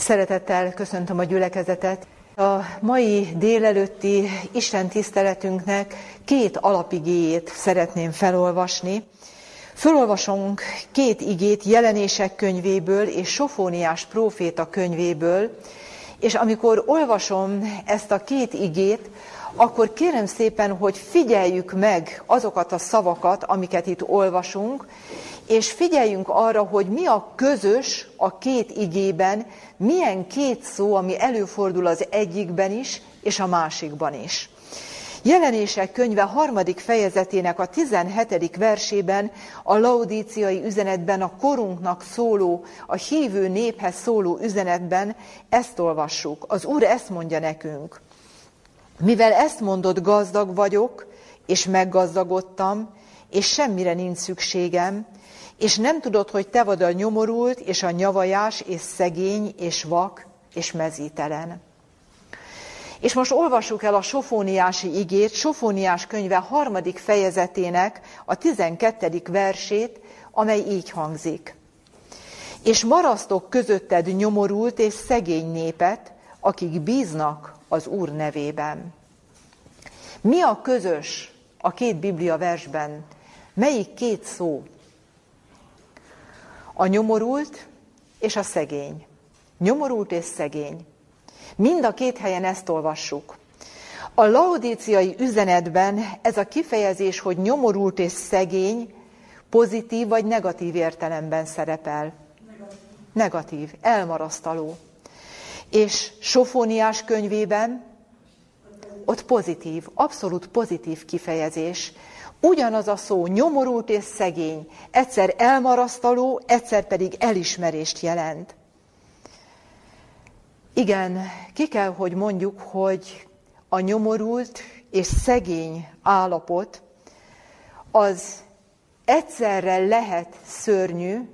Szeretettel köszöntöm a gyülekezetet. A mai délelőtti Isten tiszteletünknek 2 alapigéjét szeretném felolvasni. Fölolvasunk 2 igét Jelenések könyvéből és Sofóniás próféta könyvéből, és amikor olvasom ezt a 2 igét, akkor kérem szépen, hogy figyeljük meg azokat a szavakat, amiket itt olvasunk, és figyeljünk arra, hogy mi a közös a 2 igében, milyen 2 szó, ami előfordul az egyikben is, és a másikban is. Jelenések könyve 3. fejezetének a 17. versében, a laudíciai üzenetben, a korunknak szóló, a hívő néphez szóló üzenetben ezt olvassuk. Az Úr ezt mondja nekünk: mivel ezt mondod, gazdag vagyok, és meggazdagodtam, és semmire nincs szükségem, és nem tudod, hogy te vagy a nyomorult, és a nyavajás, és szegény, és vak, és mezítelen. És most olvassuk el a sofóniási igét, Sofóniás könyve 3. fejezetének a 12. versét, amely így hangzik. És marasztok közötted nyomorult és szegény népet, akik bíznak az Úr nevében. Mi a közös a 2 Biblia versben? Melyik 2 szó? A nyomorult és a szegény. Nyomorult és szegény. Mind a 2 helyen ezt olvassuk. A laudíciai üzenetben ez a kifejezés, hogy nyomorult és szegény, pozitív vagy negatív értelemben szerepel. Negatív, elmarasztaló. És Sofóniás könyvében ott pozitív, abszolút pozitív kifejezés. Ugyanaz a szó, nyomorult és szegény, egyszer elmarasztaló, egyszer pedig elismerést jelent. Igen, ki kell, hogy mondjuk, hogy a nyomorult és szegény állapot az egyszerre lehet szörnyű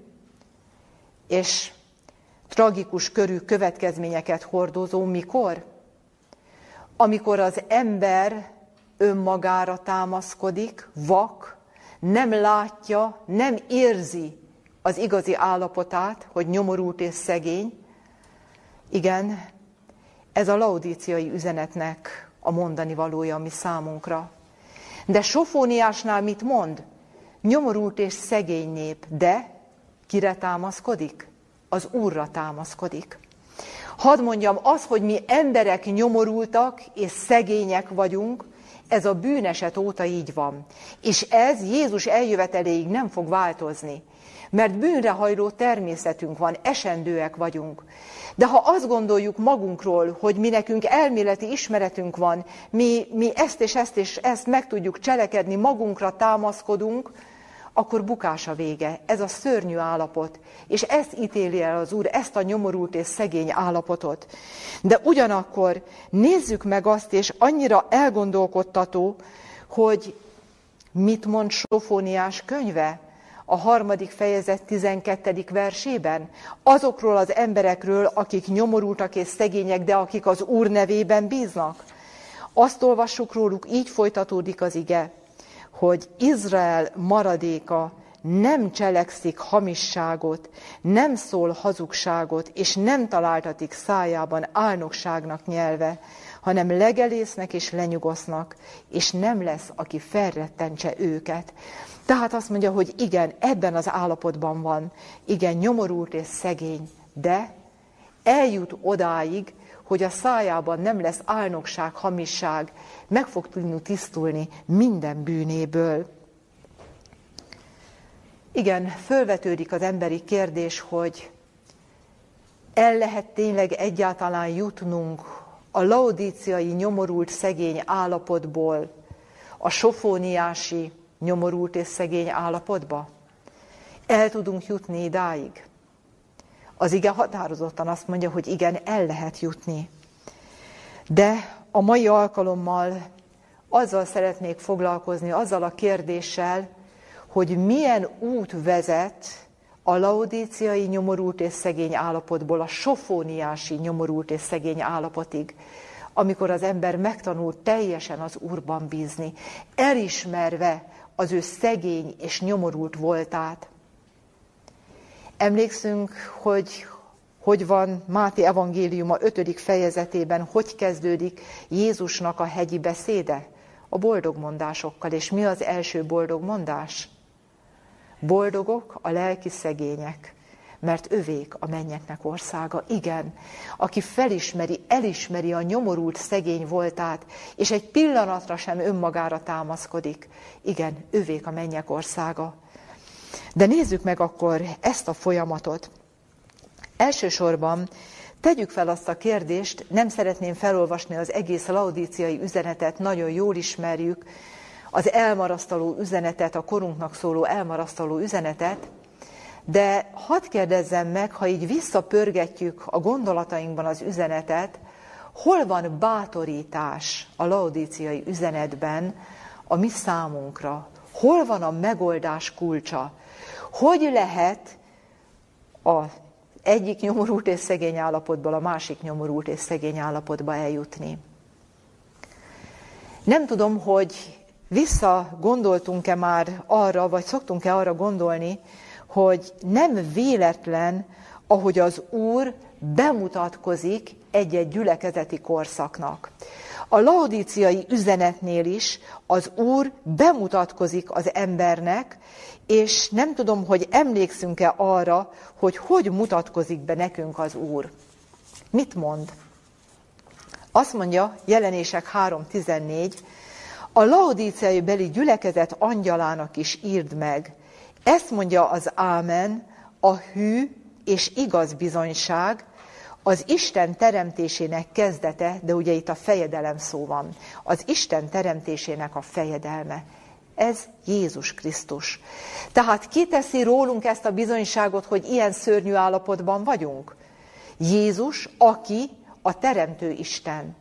és tragikus körű következményeket hordozó. Mikor? Amikor az ember önmagára támaszkodik, vak, nem látja, nem érzi az igazi állapotát, hogy nyomorult és szegény. Igen, ez a laudíciai üzenetnek a mondani valója mi számunkra. De Sofóniásnál mit mond? Nyomorult és szegény nép, de kire támaszkodik? Az Úrra támaszkodik. Hadd mondjam, az, hogy mi emberek nyomorultak és szegények vagyunk, ez a bűneset óta így van. És ez Jézus eljöveteléig nem fog változni. Mert bűnrehajló természetünk van, esendőek vagyunk. De ha azt gondoljuk magunkról, hogy mi nekünk elméleti ismeretünk van, mi ezt és ezt meg tudjuk cselekedni, magunkra támaszkodunk, akkor bukás a vége. Ez a szörnyű állapot. És ezt ítéli el az Úr, ezt a nyomorult és szegény állapotot. De ugyanakkor nézzük meg azt, és annyira elgondolkodtató, hogy mit mond Sofóniás könyve a 3. fejezet 12. versében. Azokról az emberekről, akik nyomorultak és szegények, de akik az Úr nevében bíznak. Azt olvassuk róluk, így folytatódik az ige, hogy Izrael maradéka nem cselekszik hamisságot, nem szól hazugságot, és nem találtatik szájában álnokságnak nyelve, hanem legelésznek és lenyugosznak, és nem lesz, aki felrettentse őket. Tehát azt mondja, hogy igen, ebben az állapotban van, igen, nyomorult és szegény, de eljut odáig, hogy a szájában nem lesz álnokság, hamisság, meg fog tudni tisztulni minden bűnéből. Igen, fölvetődik az emberi kérdés, hogy el lehet tényleg egyáltalán jutnunk a laudíciai nyomorult szegény állapotból a sofóniási nyomorult és szegény állapotba? El tudunk jutni idáig? Az ige határozottan azt mondja, hogy igen, el lehet jutni. De a mai alkalommal azzal szeretnék foglalkozni, azzal a kérdéssel, hogy milyen út vezet a laudíciai nyomorult és szegény állapotból a sofóniási nyomorult és szegény állapotig, amikor az ember megtanul teljesen az Úrban bízni, elismerve az ő szegény és nyomorult voltát. Emlékszünk, hogy hogy van Máté evangéliuma 5. fejezetében, hogy kezdődik Jézusnak a hegyi beszéde? A boldogmondásokkal. És mi az első boldogmondás? Boldogok a lelki szegények, mert övék a mennyeknek országa. Igen, aki felismeri, elismeri a nyomorult szegény voltát, és egy pillanatra sem önmagára támaszkodik. Igen, övék a mennyek országa. De nézzük meg akkor ezt a folyamatot. Elsősorban tegyük fel azt a kérdést, nem szeretném felolvasni az egész laodíciai üzenetet, nagyon jól ismerjük az elmarasztaló üzenetet, a korunknak szóló elmarasztaló üzenetet, de hadd kérdezzem meg, ha így visszapörgetjük a gondolatainkban az üzenetet, hol van bátorítás a laodíciai üzenetben a mi számunkra? Hol van a megoldás kulcsa? Hogy lehet az egyik nyomorult és szegény állapotból a másik nyomorult és szegény állapotba eljutni? Nem tudom, hogy visszagondoltunk-e már arra, vagy szoktunk-e arra gondolni, hogy nem véletlen, ahogy az Úr bemutatkozik egy-egy gyülekezeti korszaknak. A laodíciai üzenetnél is az Úr bemutatkozik az embernek, és nem tudom, hogy emlékszünk-e arra, hogy mutatkozik be nekünk az Úr. Mit mond? Azt mondja, Jelenések 3.14, a laodíciai beli gyülekezet angyalának is írd meg. Ezt mondja az Ámen, a hű és igaz bizonyság, az Isten teremtésének kezdete, de ugye itt a fejedelem szó van, az Isten teremtésének a fejedelme. Ez Jézus Krisztus. Tehát ki teszi rólunk ezt a bizonyságot, hogy ilyen szörnyű állapotban vagyunk? Jézus, aki a teremtő Isten.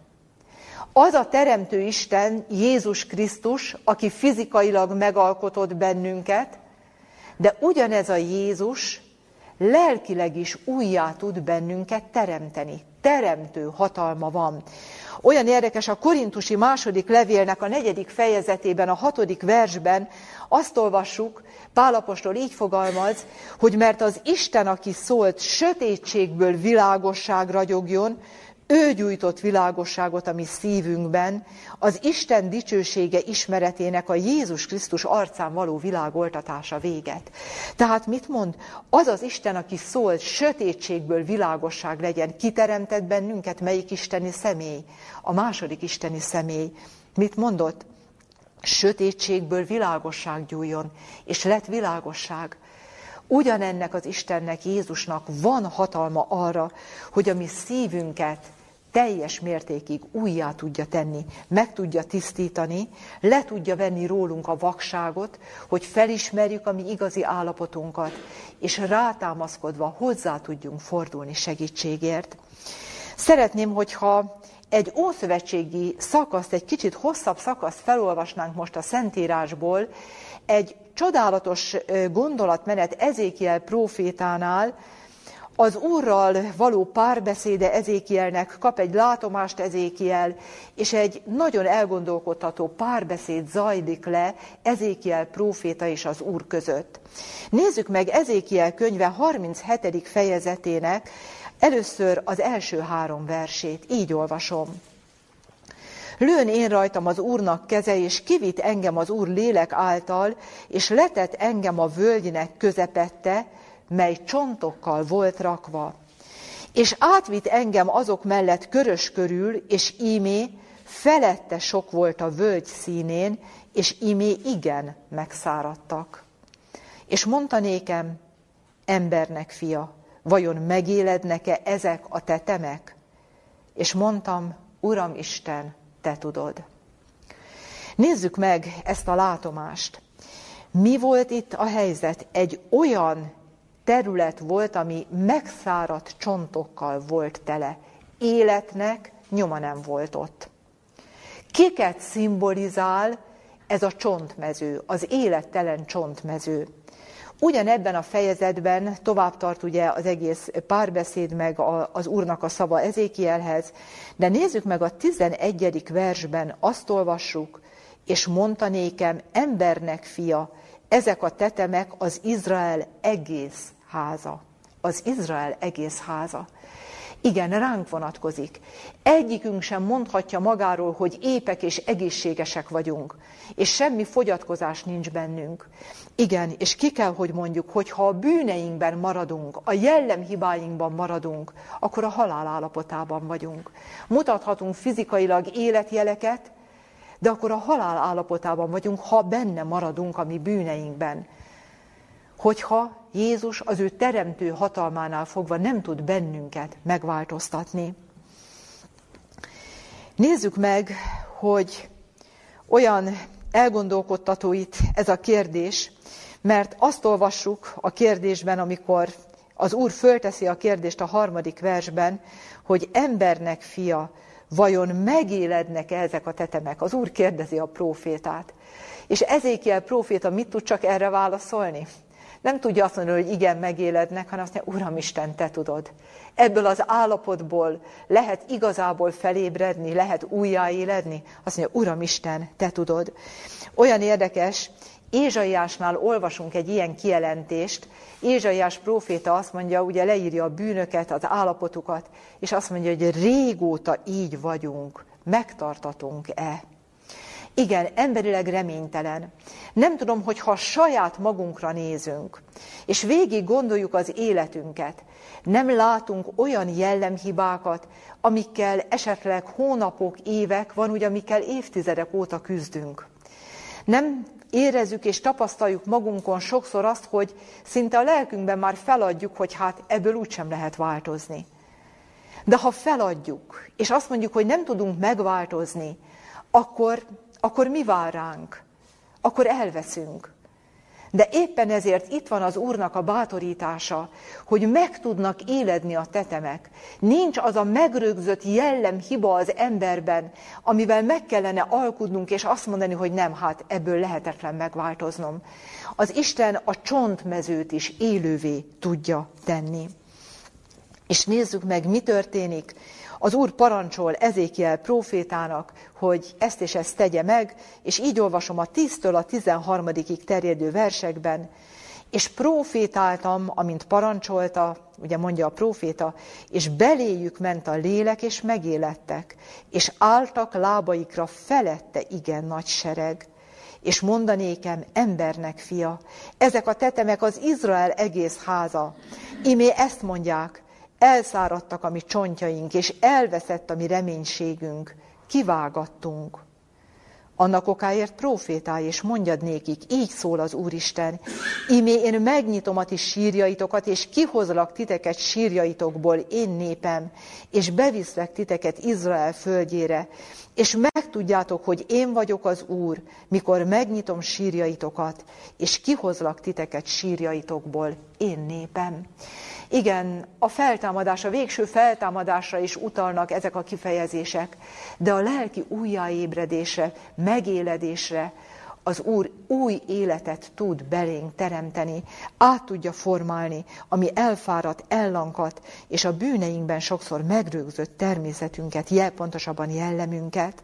Az a teremtő Isten, Jézus Krisztus, aki fizikailag megalkotott bennünket, de ugyanez a Jézus lelkileg is újjá tud bennünket teremteni. Teremtő hatalma van. Olyan érdekes, a korintusi második levélnek a 4. fejezetében, a 6. versben azt olvassuk, Pál apostol így fogalmaz, hogy mert az Isten, aki szólt, sötétségből világosság ragyogjon, ő gyújtott világosságot a mi szívünkben, az Isten dicsősége ismeretének a Jézus Krisztus arcán való világoltatása véget. Tehát mit mond? Az az Isten, aki szólt, sötétségből világosság legyen, kiteremtett bennünket, melyik isteni személy? A második isteni személy. Mit mondott? Sötétségből világosság gyújjon, és lett világosság. Ugyanennek az Istennek, Jézusnak van hatalma arra, hogy a mi szívünket teljes mértékig újjá tudja tenni, meg tudja tisztítani, le tudja venni rólunk a vakságot, hogy felismerjük a mi igazi állapotunkat, és rátámaszkodva hozzá tudjunk fordulni segítségért. Szeretném, hogyha egy ószövetségi szakaszt, egy kicsit hosszabb szakaszt felolvasnánk most a Szentírásból, egy csodálatos gondolatmenet Ezékiel prófétánál, az Úrral való párbeszéde Ezékielnek, kap egy látomást Ezékiel, és egy nagyon elgondolkodtató párbeszéd zajlik le Ezékiel próféta és az Úr között. Nézzük meg Ezékiel könyve 37. fejezetének először az első 3 versét, így olvasom. Lőn én rajtam az Úrnak keze, és kivitt engem az Úr lélek által, és letett engem a völgynek közepette, mely csontokkal volt rakva. És átvitt engem azok mellett körös körül, és ímé felette sok volt a völgy színén, és ímé igen megszáradtak. És mondta nékem, embernek fia, vajon megélednek-e ezek a tetemek? És mondtam, Uram Isten, te tudod. Nézzük meg ezt a látomást. Mi volt itt a helyzet? Egy olyan terület volt, ami megszáradt csontokkal volt tele. Életnek nyoma nem volt ott. Kiket szimbolizál ez a csontmező, az élettelen csontmező? Ugyanebben a fejezetben tovább tart ugye az egész párbeszéd, meg az Úrnak a szava Ezékielhez, de nézzük meg a 11. versben, azt olvassuk, és mondta nékem, embernek fia, ezek a tetemek az Izrael egész háza. az Izrael egész háza. Igen, ránk vonatkozik. Egyikünk sem mondhatja magáról, hogy épek és egészségesek vagyunk, és semmi fogyatkozás nincs bennünk. Igen, és ki kell, hogy mondjuk, hogy ha a bűneinkben maradunk, a jellemhibáinkban maradunk, akkor a halál állapotában vagyunk. Mutathatunk fizikailag életjeleket, de akkor a halál állapotában vagyunk, ha benne maradunk a mi bűneinkben. Hogyha Jézus az ő teremtő hatalmánál fogva nem tud bennünket megváltoztatni. Nézzük meg, hogy olyan elgondolkodtató itt ez a kérdés, mert azt olvassuk a kérdésben, amikor az Úr fölteszi a kérdést a 3. versben, hogy embernek fia, vajon megélednek-e ezek a tetemek? Az Úr kérdezi a prófétát. És Ezékiel próféta mit tud csak erre válaszolni? Nem tudja azt mondani, hogy igen, megélednek, hanem azt mondja, Uramisten, te tudod. Ebből az állapotból lehet igazából felébredni, lehet újjáéledni. Azt mondja, Uramisten, te tudod. Olyan érdekes, Ézsaiásnál olvasunk egy ilyen kijelentést. Ézsaiás próféta azt mondja, ugye leírja a bűnöket, az állapotukat, és azt mondja, hogy régóta így vagyunk, megtartatunk-e? Igen, emberileg reménytelen. Nem tudom, hogy ha saját magunkra nézünk, és végig gondoljuk az életünket, nem látunk olyan jellemhibákat, amikkel esetleg hónapok, évek, van ugye, amikkel évtizedek óta küzdünk. Nem érezzük és tapasztaljuk magunkon sokszor azt, hogy szinte a lelkünkben már feladjuk, hogy hát ebből úgysem lehet változni. De ha feladjuk, és azt mondjuk, hogy nem tudunk megváltozni, akkor mi vár ránk? Akkor elveszünk. De éppen ezért itt van az Úrnak a bátorítása, hogy meg tudnak éledni a tetemek. Nincs az a megrögzött jellemhiba az emberben, amivel meg kellene alkudnunk, és azt mondani, hogy nem, hát ebből lehetetlen megváltoznom. Az Isten a csontmezőt is élővé tudja tenni. És nézzük meg, mi történik. Az Úr parancsol Ezékiel prófétának, hogy ezt és ezt tegye meg, és így olvasom a 10-től a 13. terjedő versekben. És prófétáltam, amint parancsolta, ugye mondja a próféta, és beléjük ment a lélek, és megélettek, és álltak lábaikra felette igen nagy sereg. És mondanékem, embernek fia, ezek a tetemek az Izrael egész háza. Imé ezt mondják, elszáradtak a mi csontjaink, és elveszett a mi reménységünk, kivágattunk. Annak okáért prófétálj, és mondjad nékik, így szól az Úristen, imé én megnyitom a ti sírjaitokat, és kihozlak titeket sírjaitokból, én népem, és beviszlek titeket Izrael földjére, és megtudjátok, hogy én vagyok az Úr, mikor megnyitom sírjaitokat, és kihozlak titeket sírjaitokból, én népem. Igen, a feltámadás, a végső feltámadásra is utalnak ezek a kifejezések, de a lelki újjáébredésre, megéledésre az Úr új életet tud belénk teremteni, át tudja formálni, ami elfáradt, ellankadt, és a bűneinkben sokszor megrögzött természetünket, pontosabban jellemünket.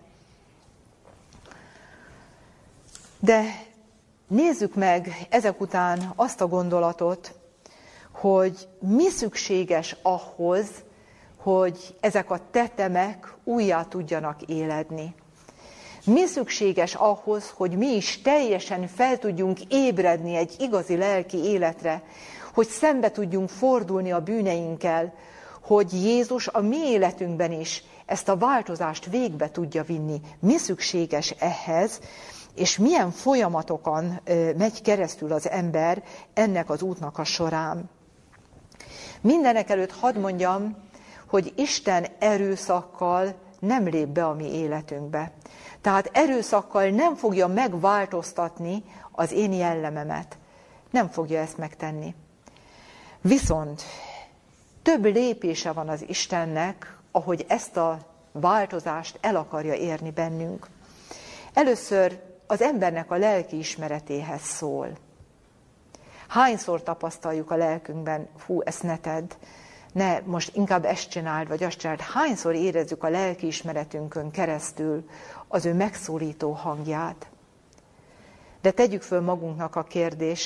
De nézzük meg ezek után azt a gondolatot, hogy mi szükséges ahhoz, hogy ezek a tetemek újjá tudjanak éledni. Mi szükséges ahhoz, hogy mi is teljesen fel tudjunk ébredni egy igazi lelki életre, hogy szembe tudjunk fordulni a bűneinkkel, hogy Jézus a mi életünkben is ezt a változást végbe tudja vinni. Mi szükséges ehhez, és milyen folyamatokon megy keresztül az ember ennek az útnak a során. Mindenekelőtt hadd mondjam, hogy Isten erőszakkal nem lép be a mi életünkbe. Tehát erőszakkal nem fogja megváltoztatni az én jellememet. Nem fogja ezt megtenni. Viszont több lépése van az Istennek, ahogy ezt a változást el akarja érni bennünk. Először az embernek a lelki ismeretéhez szól. Hányszor tapasztaljuk a lelkünkben, ezt ne tedd, ne most inkább ezt csináld, vagy azt csináld. Hányszor érezzük a lelkiismeretünkön keresztül az ő megszólító hangját. De tegyük föl magunknak a kérdést,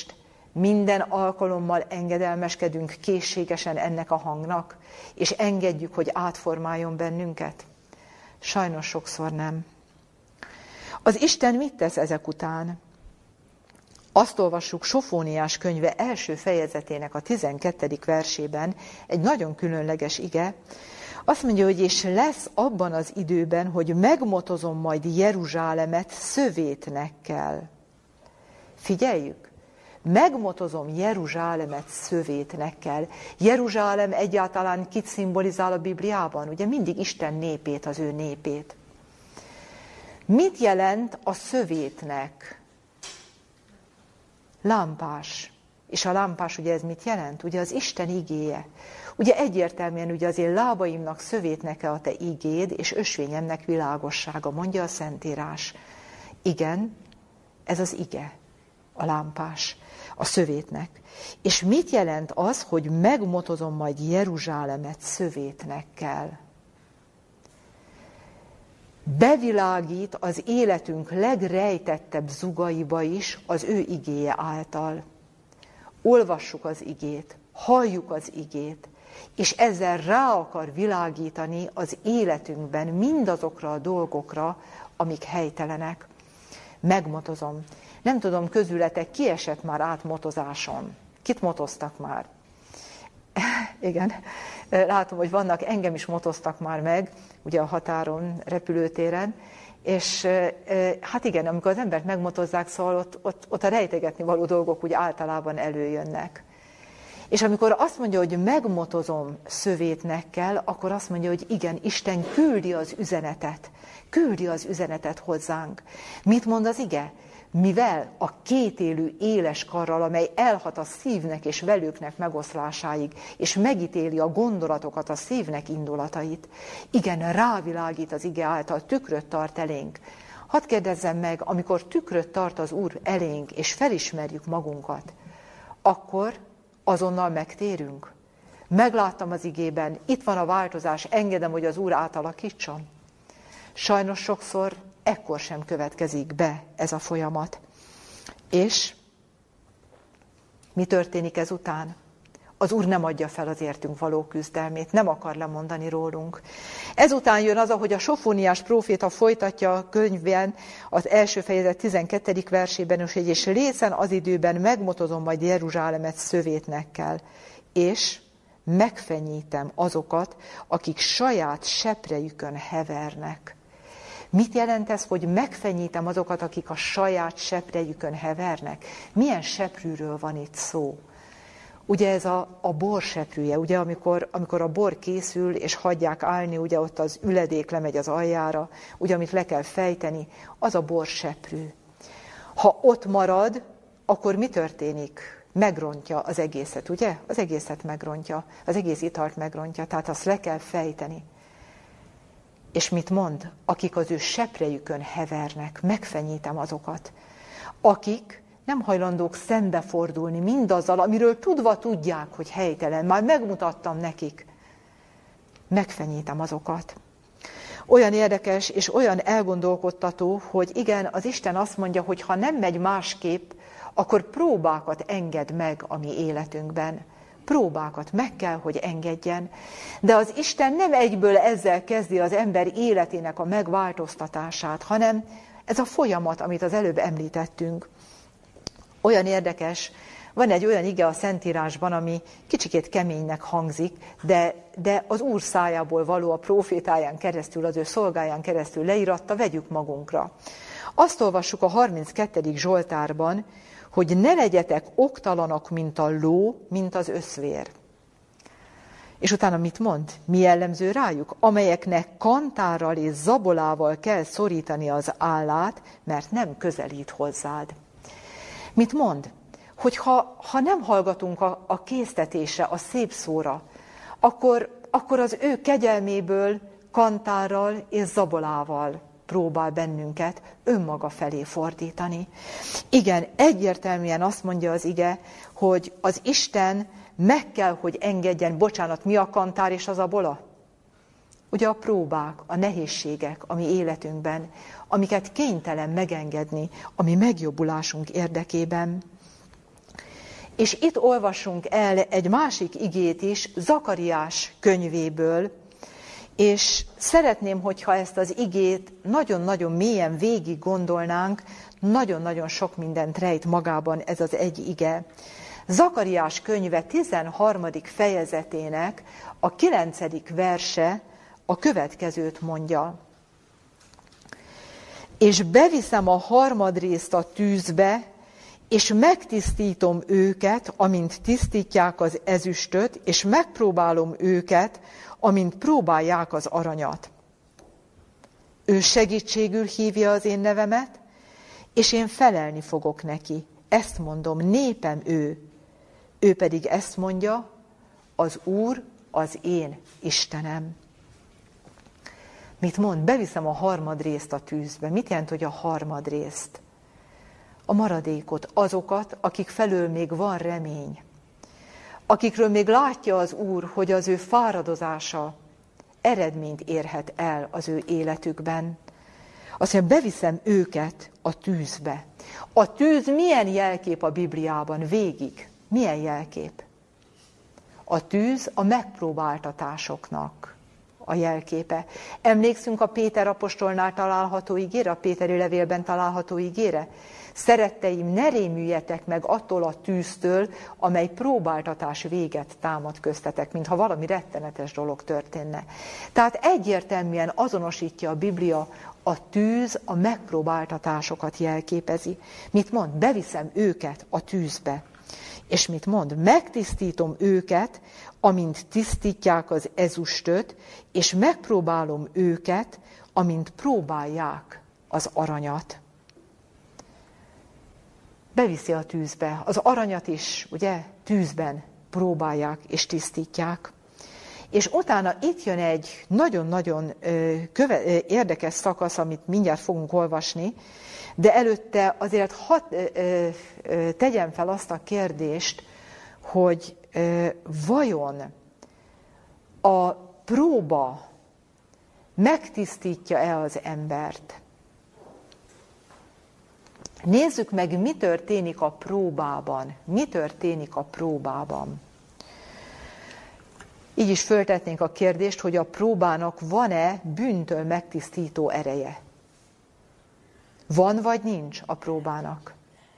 Minden alkalommal engedelmeskedünk készségesen ennek a hangnak, és engedjük, hogy átformáljon bennünket? Sajnos sokszor nem. Az Isten mit tesz ezek után? Azt olvassuk Sofóniás könyve első fejezetének a 12. versében, egy nagyon különleges ige. Azt mondja, hogy és lesz abban az időben, hogy megmotozom majd Jeruzsálemet szövétnekkel. Figyeljük! Megmotozom Jeruzsálemet szövétnekkel. Jeruzsálem egyáltalán kit szimbolizál a Bibliában? Ugye mindig Isten népét, az ő népét. Mit jelent a szövétnek? Lámpás. És a lámpás, ugye ez mit jelent? Ugye az Isten igéje. Ugye egyértelműen ugye az én lábaimnak szövétneke a te igéd, és ösvényemnek világossága, mondja a Szentírás. Igen, ez az ige, a lámpás, a szövétnek. És mit jelent az, hogy megmotozom majd Jeruzsálemet szövétnekkel? Bevilágít az életünk legrejtettebb zugaiba is az ő igéje által. Olvassuk az igét, halljuk az igét, és ezzel rá akar világítani az életünkben mindazokra a dolgokra, amik helytelenek. Megmotozom. Nem tudom, közületek ki esett már át motozáson? Kit motoztak már? Igen, látom, hogy vannak, engem is motoztak már meg, ugye a határon, repülőtéren, és hát igen, amikor az embert megmotozzák, szóval ott a rejtegetni való dolgok úgy általában előjönnek. És amikor azt mondja, hogy megmotozom szövétnekkel, akkor azt mondja, hogy igen, Isten küldi az üzenetet hozzánk. Mit mond az ige? Mivel a kétélű éles karral, amely elhat a szívnek és velőknek megoszlásáig, és megítéli a gondolatokat, a szívnek indulatait, igen, rávilágít az ige által, tükröt tart elénk. Hadd kérdezzem meg, amikor tükröt tart az Úr elénk, és felismerjük magunkat, akkor azonnal megtérünk. Megláttam az igében, itt van a változás, engedem, hogy az Úr átalakítson. Sajnos sokszor ekkor sem következik be ez a folyamat. És mi történik ezután? Az Úr nem adja fel az értünk való küzdelmét, nem akar lemondani rólunk. Ezután jön az, ahogy a Sofóniás próféta folytatja a könyvben, az első fejezet 12. versében, és lészen az időben megmotozom majd Jeruzsálemet szövétnekkel, és megfenyítem azokat, akik saját seprejükön hevernek. Mit jelent ez, hogy megfenyítem azokat, akik a saját seprejükön hevernek? Milyen seprűről van itt szó? Ugye ez a bor seprűje, ugye amikor a bor készül, és hagyják állni, ugye ott az üledék lemegy az aljára, ugye amit le kell fejteni, az a bor seprű. Ha ott marad, akkor mi történik? Megrontja az egészet, ugye? Az egészet megrontja, az egész italt megrontja, tehát azt le kell fejteni. És mit mond? Akik az ő seprejükön hevernek, megfenyítem azokat, akik nem hajlandók szembefordulni mindazzal, amiről tudva tudják, hogy helytelen. Már megmutattam nekik. Megfenyítem azokat. Olyan érdekes és olyan elgondolkodtató, hogy igen, az Isten azt mondja, hogy ha nem megy másképp, akkor próbákat enged meg a mi életünkben. Próbákat meg kell, hogy engedjen. De az Isten nem egyből ezzel kezdi az ember életének a megváltoztatását, hanem ez a folyamat, amit az előbb említettünk. Olyan érdekes, van egy olyan ige a Szentírásban, ami kicsikét keménynek hangzik, de az Úr szájából való, a prófétáján keresztül, az ő szolgáján keresztül leíratta, vegyük magunkra. Azt olvassuk a 32. Zsoltárban, hogy ne legyetek oktalanok, mint a ló, mint az öszvér. És utána mit mond? Mi jellemző rájuk? Amelyeknek kantárral és zabolával kell szorítani az állát, mert nem közelít hozzád. Mit mond? Hogy ha nem hallgatunk a késztetésre, a szép szóra, akkor az ő kegyelméből kantárral és zabolával próbál bennünket önmaga felé fordítani. Igen, egyértelműen azt mondja az ige, hogy az Isten meg kell, hogy engedjen, bocsánat, mi a kantár és a zabola? Ugye a próbák, a nehézségek a mi életünkben, amiket kénytelen megengedni a mi megjobbulásunk érdekében. És itt olvasunk el egy másik igét is, Zakariás könyvéből, és szeretném, hogyha ezt az igét nagyon-nagyon mélyen végig gondolnánk, nagyon-nagyon sok mindent rejt magában ez az egy ige. Zakariás könyve 13. fejezetének a 9. verse a következőt mondja. És beviszem a harmadrészt a tűzbe, és megtisztítom őket, amint tisztítják az ezüstöt, és megpróbálom őket, amint próbálják az aranyat. Ő segítségül hívja az én nevemet, és én felelni fogok neki. Ezt mondom, népem ő. Ő pedig ezt mondja, az Úr az én Istenem. Mit mond? Beviszem a harmadrészt a tűzbe. Mit jelent, hogy a harmadrészt? A maradékot, azokat, akik felől még van remény. Akikről még látja az Úr, hogy az ő fáradozása eredményt érhet el az ő életükben. Azt mondja, beviszem őket a tűzbe. A tűz milyen jelkép a Bibliában? Végig. Milyen jelkép? A tűz a megpróbáltatásoknak a jelképe. Emlékszünk a Péter apostolnál található igére, a Péteri levélben található igére? Szeretteim, ne rémüljetek meg attól a tűztől, amely próbáltatás véget támad köztetek, mintha valami rettenetes dolog történne. Tehát egyértelműen azonosítja a Biblia, a tűz a megpróbáltatásokat jelképezi. Mit mond? Beviszem őket a tűzbe. És mit mond? Megtisztítom őket, amint tisztítják az ezüstöt, és megpróbálom őket, amint próbálják az aranyat. Beviszi a tűzbe. Az aranyat is, ugye, tűzben próbálják és tisztítják. És utána itt jön egy nagyon-nagyon érdekes szakasz, amit mindjárt fogunk olvasni, de előtte azért tegyem fel azt a kérdést, hogy vajon a próba megtisztítja-e az embert? Nézzük meg, mi történik a próbában. Mi történik a próbában? Így is föltetnénk a kérdést, hogy a próbának van-e bűntől megtisztító ereje? Van vagy nincs a próbának?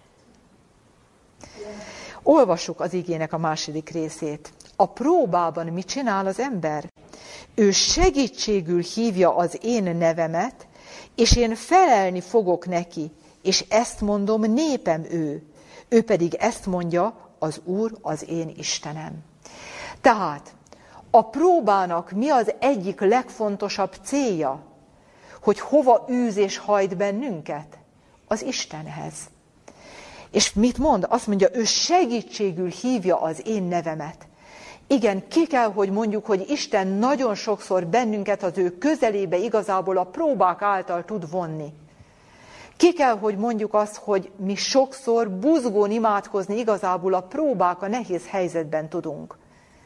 Olvassuk az igének a második részét. A próbában mit csinál az ember? Ő segítségül hívja az én nevemet, és én felelni fogok neki, és ezt mondom, népem ő. Ő pedig ezt mondja, az Úr az én Istenem. Tehát a próbának mi az egyik legfontosabb célja? Hogy hova űz és hajt bennünket? Az Istenhez. És mit mond? Azt mondja, ő segítségül hívja az én nevemet. Igen, ki kell, hogy mondjuk, hogy Isten nagyon sokszor bennünket az ő közelébe igazából a próbák által tud vonni. Ki kell, hogy mondjuk azt, hogy mi sokszor buzgón imádkozni igazából a próbák, a nehéz helyzetben tudunk.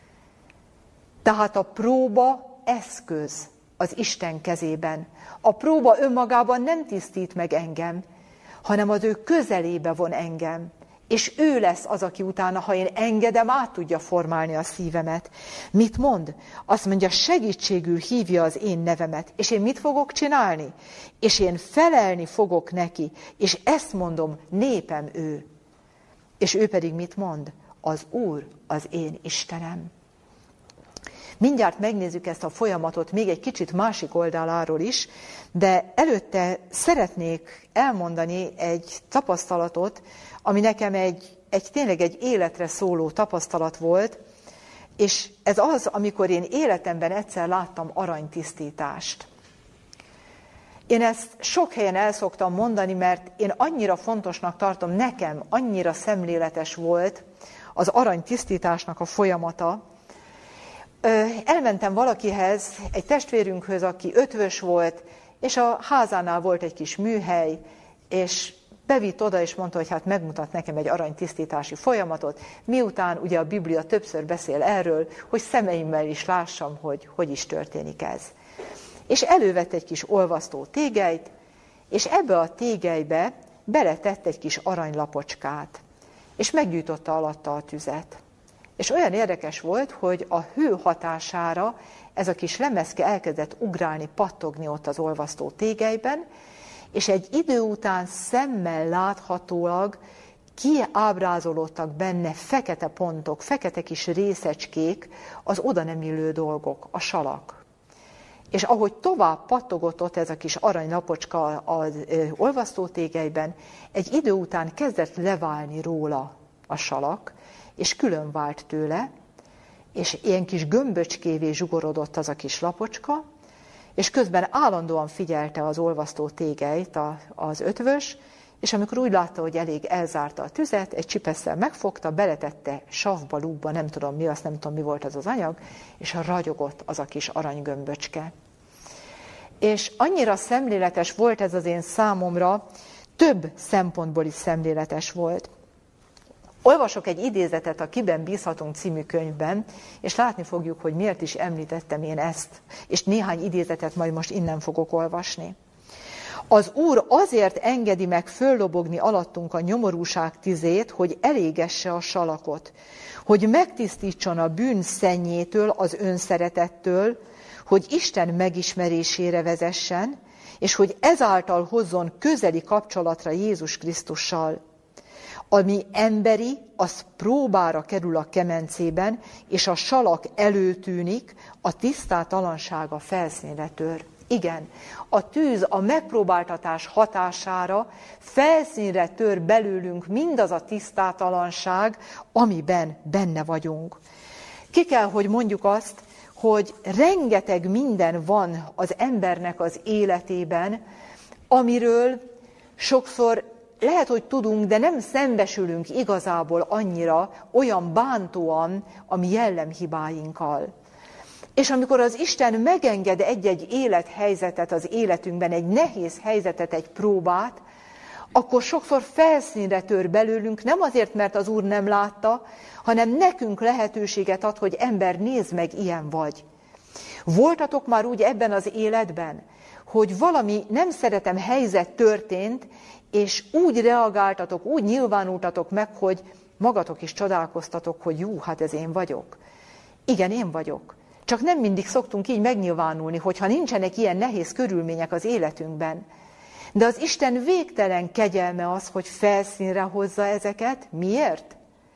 Tehát a próba eszköz az Isten kezében. A próba önmagában nem tisztít meg engem, hanem az ő közelébe von engem. És ő lesz az, aki utána, ha én engedem, át tudja formálni a szívemet. Mit mond? Azt mondja, segítségül hívja az én nevemet. És én mit fogok csinálni? És én felelni fogok neki. És ezt mondom, népem ő. És ő pedig mit mond? Az Úr az én Istenem. Mindjárt megnézzük ezt a folyamatot még egy kicsit másik oldaláról is, de előtte szeretnék elmondani egy tapasztalatot, ami nekem tényleg egy életre szóló tapasztalat volt, és ez az, amikor én életemben egyszer láttam aranytisztítást. Én ezt sok helyen el szoktam mondani, mert én annyira fontosnak tartom, nekem annyira szemléletes volt az aranytisztításnak a folyamata. Elmentem valakihez, egy testvérünkhöz, aki ötvös volt, és a házánál volt egy kis műhely, és bevitt oda, és mondta, hogy hát megmutat nekem egy aranytisztítási folyamatot, miután ugye a Biblia többször beszél erről, hogy szemeimmel is lássam, hogy is történik ez. És elővett egy kis olvasztó tégelyt, és ebbe a tégelybe beletett egy kis aranylapocskát. és meggyújtotta alatta a tüzet. És olyan érdekes volt, hogy a hő hatására ez a kis lemezke elkezdett ugrálni, pattogni ott az olvasztó tégelyben, és egy idő után szemmel láthatólag kiábrázolódtak benne fekete pontok, fekete kis részecskék, az oda nem illő dolgok, a salak. És ahogy tovább pattogott ott ez a kis aranylapocska az olvasztótégelyben, egy idő után kezdett leválni róla a salak, és külön vált tőle, és ilyen kis gömböcskévé zsugorodott az a kis lapocska, és közben állandóan figyelte az olvasztó tégelyt az ötvös, és amikor úgy látta, hogy elég elzárta a tüzet, egy csipesszel megfogta, beletette savba, lúgba, nem tudom mi, azt nem tudom mi volt az az anyag, és ragyogott az a kis aranygömböcske. És annyira szemléletes volt ez az én számomra, több szempontból is szemléletes volt. Olvasok egy idézetet a Kiben bízhatunk című könyvben, és látni fogjuk, hogy miért is említettem én ezt, és néhány idézetet majd most innen fogok olvasni. Az Úr azért engedi meg föllobogni alattunk a nyomorúság tüzét, hogy elégesse a salakot, hogy megtisztítson a bűn szennyétől, az önszeretettől, hogy Isten megismerésére vezessen, és hogy ezáltal hozzon közeli kapcsolatra Jézus Krisztussal. Ami emberi, az próbára kerül a kemencében, és a salak előtűnik, a tisztátalansága felszínre tör. Igen, a tűz, a megpróbáltatás hatására felszínre tör belőlünk mindaz a tisztátalanság, amiben benne vagyunk. Ki kell, hogy mondjuk azt, hogy rengeteg minden van az embernek az életében, amiről sokszor lehet, hogy tudunk, de nem szembesülünk igazából annyira, olyan bántóan a mi jellemhibáinkkal. És amikor az Isten megenged egy-egy élethelyzetet az életünkben, egy nehéz helyzetet, egy próbát, akkor sokszor felszínre tör belőlünk, nem azért, mert az Úr nem látta, hanem nekünk lehetőséget ad, hogy ember, nézd meg, ilyen vagy. Voltatok már úgy ebben az életben, hogy valami nem szeretem helyzet történt, és úgy reagáltatok, úgy nyilvánultatok meg, hogy magatok is csodálkoztatok, hogy jú, hát ez én vagyok. Igen, én vagyok. Csak nem mindig szoktunk így megnyilvánulni, hogyha nincsenek ilyen nehéz körülmények az életünkben. De az Isten végtelen kegyelme az, hogy felszínre hozza ezeket. Miért?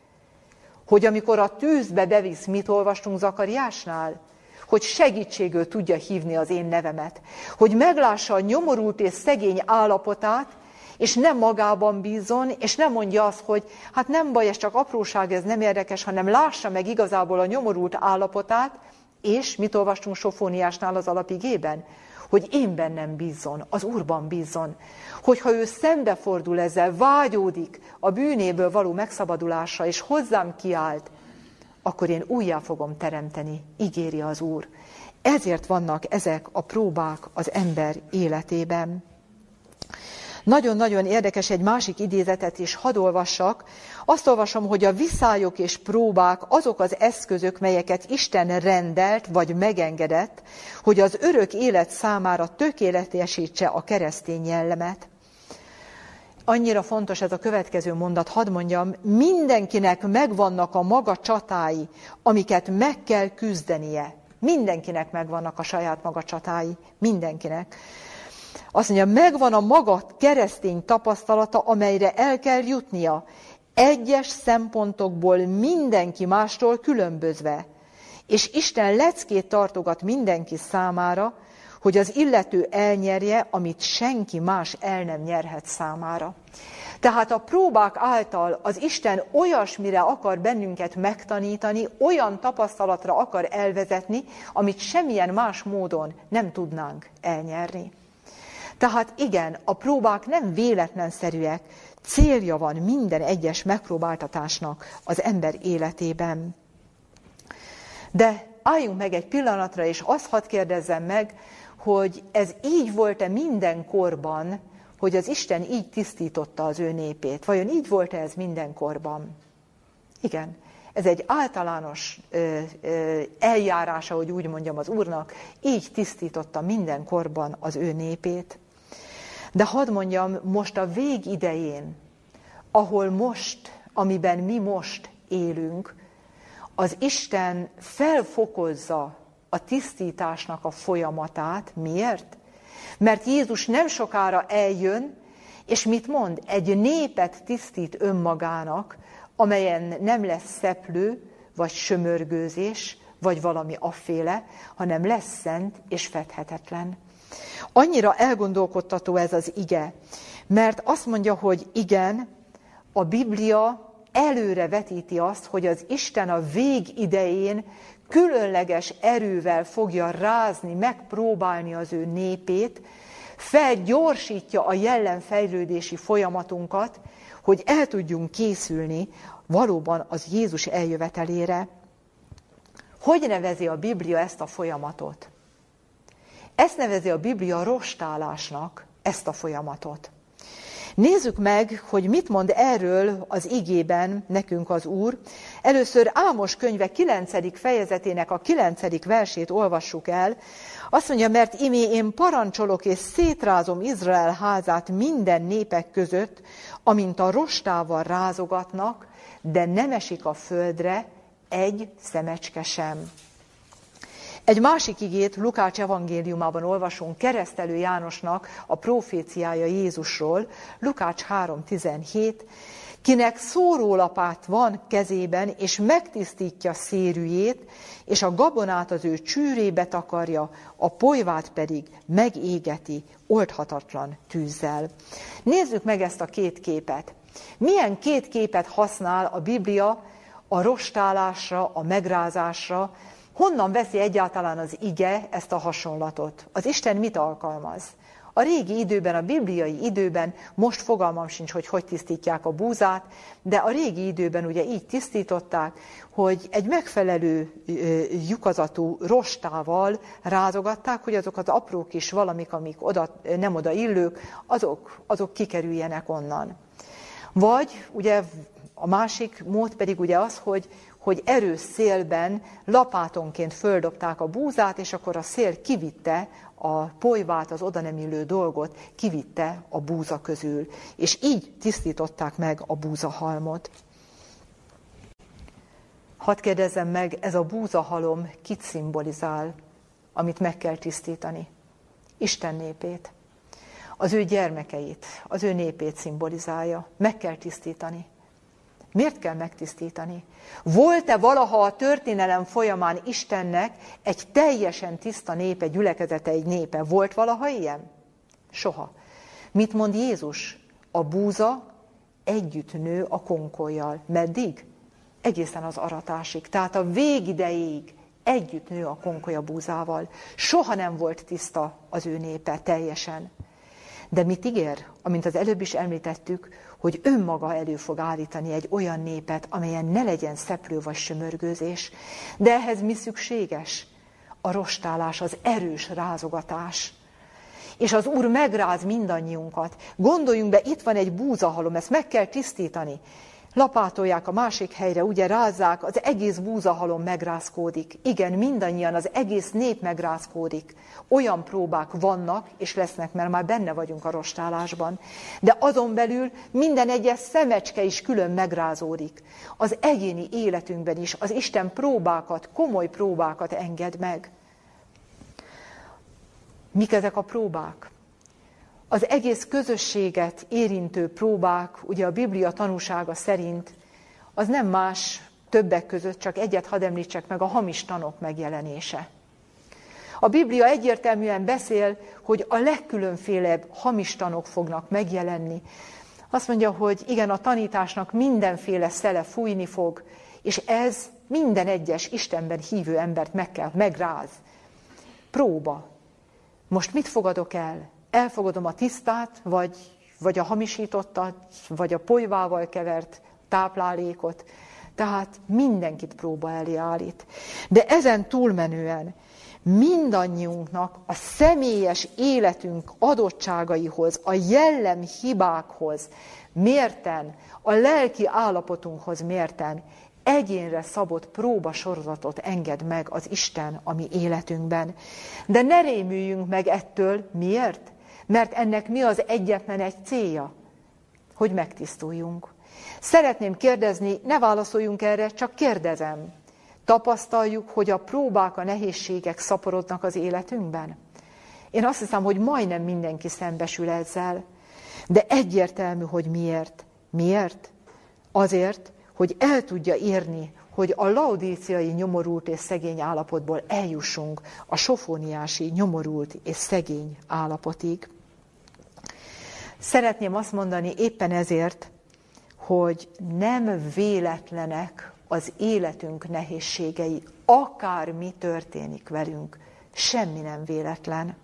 Hogy amikor a tűzbe bevisz, mit olvastunk Zakariásnál? Hogy segítségül tudja hívni az én nevemet. Hogy meglássa a nyomorult és szegény állapotát, és nem magában bízzon, és nem mondja azt, hogy hát nem baj, ez csak apróság, ez nem érdekes, hanem lássa meg igazából a nyomorult állapotát, és mit olvastunk Sofóniásnál az alapigében? Hogy én bennem bízzon, az Úrban bízzon. Hogyha ő szembefordul ezzel, vágyódik a bűnéből való megszabadulásra, és hozzám kiált, akkor én újjá fogom teremteni, ígéri az Úr. Ezért vannak ezek a próbák az ember életében. Nagyon-nagyon érdekes egy másik idézetet is hadd olvassak. Azt olvasom, hogy a viszályok és próbák azok az eszközök, melyeket Isten rendelt vagy megengedett, hogy az örök élet számára tökéletesítse a keresztény jellemet. Annyira fontos ez a következő mondat, hadd mondjam, mindenkinek megvannak a maga csatái, amiket meg kell küzdenie. Mindenkinek megvannak a saját maga csatái, mindenkinek. Azt mondja, megvan a maga keresztény tapasztalata, amelyre el kell jutnia, egyes szempontokból mindenki mástól különbözve. És Isten leckét tartogat mindenki számára, hogy az illető elnyerje, amit senki más el nem nyerhet számára. Tehát a próbák által az Isten olyasmire akar bennünket megtanítani, olyan tapasztalatra akar elvezetni, amit semmilyen más módon nem tudnánk elnyerni. Tehát igen, a próbák nem véletlenszerűek, célja van minden egyes megpróbáltatásnak az ember életében. De álljunk meg egy pillanatra, és azt hadd kérdezzem meg, hogy ez így volt-e minden korban, hogy az Isten így tisztította az ő népét? Vajon így volt-e ez minden korban? Igen, ez egy általános eljárása, hogy úgy mondjam, az Úrnak, így tisztította minden korban az ő népét. De hadd mondjam, most a vég idején, ahol most amiben mi most élünk, az Isten felfokozza a tisztításnak a folyamatát. Miért? Mert Jézus nem sokára eljön, és mit mond? Egy népet tisztít önmagának, amelyen nem lesz szeplő, vagy sömörgőzés, vagy valami afféle, hanem lesz szent és fedhetetlen. Annyira elgondolkodtató ez az ige, mert azt mondja, hogy igen, a Biblia előre vetíti azt, hogy az Isten a vég idején különleges erővel fogja rázni, megpróbálni az ő népét, felgyorsítja a jelenfejlődési folyamatunkat, hogy el tudjunk készülni valóban az Jézus eljövetelére. Hogy nevezi a Biblia ezt a folyamatot? Ezt nevezi a Biblia rostálásnak, ezt a folyamatot. Nézzük meg, hogy mit mond erről az igében nekünk az Úr. Először Ámos könyve 9. fejezetének a 9. versét olvassuk el. Azt mondja, mert imé én parancsolok és szétrázom Izrael házát minden népek között, amint a rostával rázogatnak, de nem esik a földre egy szemecske sem. Egy másik igét Lukács evangéliumában olvasunk Keresztelő Jánosnak a proféciája Jézusról, Lukács 3.17, kinek szórólapát van kezében, és megtisztítja szérűjét, és a gabonát az ő csűrébe takarja, a polyvát pedig megégeti oldhatatlan tűzzel. Nézzük meg ezt a két képet. Milyen két képet használ a Biblia a rostálásra, a megrázásra? Honnan veszi egyáltalán az ige ezt a hasonlatot? Az Isten mit alkalmaz? A régi időben, a bibliai időben, most fogalmam sincs, hogy tisztítják a búzát, de a régi időben ugye így tisztították, hogy egy megfelelő lyukazatú rostával rázogatták, hogy azok az apró kis valamik, amik nem oda illők, azok kikerüljenek onnan. Vagy ugye a másik mód pedig ugye az, hogy erős szélben lapátonként földobták a búzát, és akkor a szél kivitte a polyvát, az oda nem illő dolgot, kivitte a búza közül. És így tisztították meg a búzahalmot. Hadd kérdezzem meg, ez a búzahalom kit szimbolizál, amit meg kell tisztítani? Isten népét. Az ő gyermekeit, az ő népét szimbolizálja. Meg kell tisztítani. Miért kell megtisztítani? Volt-e valaha a történelem folyamán Istennek egy teljesen tiszta népe, gyülekezete, egy népe? Volt valaha ilyen? Soha. Mit mond Jézus? A búza együtt nő a konkollyal. Meddig? Egészen az aratásig. Tehát a végidejéig együtt nő a konkoly a búzával. Soha nem volt tiszta az ő népe teljesen. De mit ígér? Amint az előbb is említettük, hogy önmaga elő fog állítani egy olyan népet, amelyen ne legyen szeplő vagy sömörgőzés. De ehhez mi szükséges? A rostálás, az erős rázogatás. És az Úr megráz mindannyiunkat. Gondoljunk be, itt van egy búzahalom, ezt meg kell tisztítani. Lapátolják a másik helyre, ugye rázzák, az egész búzahalom megrázkódik. Igen, mindannyian, az egész nép megrázkódik. Olyan próbák vannak, és lesznek, mert már benne vagyunk a rostálásban. De azon belül minden egyes szemecske is külön megrázódik. Az egyéni életünkben is az Isten próbákat, komoly próbákat enged meg. Mik ezek a próbák? Az egész közösséget érintő próbák, ugye a Biblia tanúsága szerint, az nem más többek között, csak egyet hadd említsek meg, a hamis tanok megjelenése. A Biblia egyértelműen beszél, hogy a legkülönfélebb hamis tanok fognak megjelenni. Azt mondja, hogy igen, a tanításnak mindenféle szele fújni fog, és ez minden egyes Istenben hívő embert megráz. Próba. Most mit fogadok el? Elfogadom a tisztát, vagy a hamisítottat, vagy a polyvával kevert táplálékot. Tehát mindenkit próba elé állít. De ezen túlmenően mindannyiunknak a személyes életünk adottságaihoz, a jellemhibákhoz mérten, a lelki állapotunkhoz mérten egyénre szabott próbasorozatot enged meg az Isten a mi életünkben. De ne rémüljünk meg ettől. Miért? Mert ennek mi az egyetlen egy célja? Hogy megtisztuljunk. Szeretném kérdezni, ne válaszoljunk erre, csak kérdezem. Tapasztaljuk, hogy a próbák, a nehézségek szaporodnak az életünkben? Én azt hiszem, hogy majdnem mindenki szembesül ezzel. De egyértelmű, hogy miért. Miért? Azért, hogy el tudja érni, hogy a laodíciai nyomorult és szegény állapotból eljussunk a sofóniási nyomorult és szegény állapotig. Szeretném azt mondani éppen ezért, hogy nem véletlenek az életünk nehézségei, akármi történik velünk, semmi nem véletlen.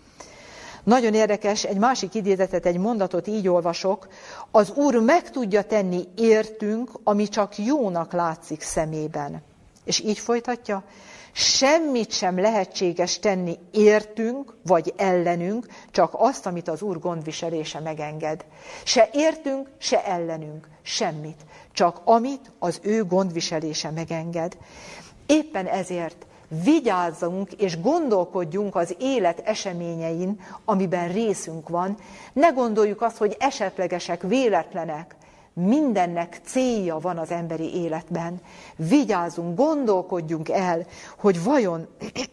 Nagyon érdekes, egy másik idézetet, egy mondatot így olvasok, az Úr meg tudja tenni értünk, ami csak jónak látszik szemében. És így folytatja, semmit sem lehetséges tenni értünk, vagy ellenünk, csak azt, amit az Úr gondviselése megenged. Se értünk, se ellenünk, semmit, csak amit az ő gondviselése megenged. Éppen ezért vigyázzunk és gondolkodjunk az élet eseményein, amiben részünk van. Ne gondoljuk azt, hogy esetlegesek, véletlenek. Mindennek célja van az emberi életben. Vigyázzunk, gondolkodjunk el, hogy vajon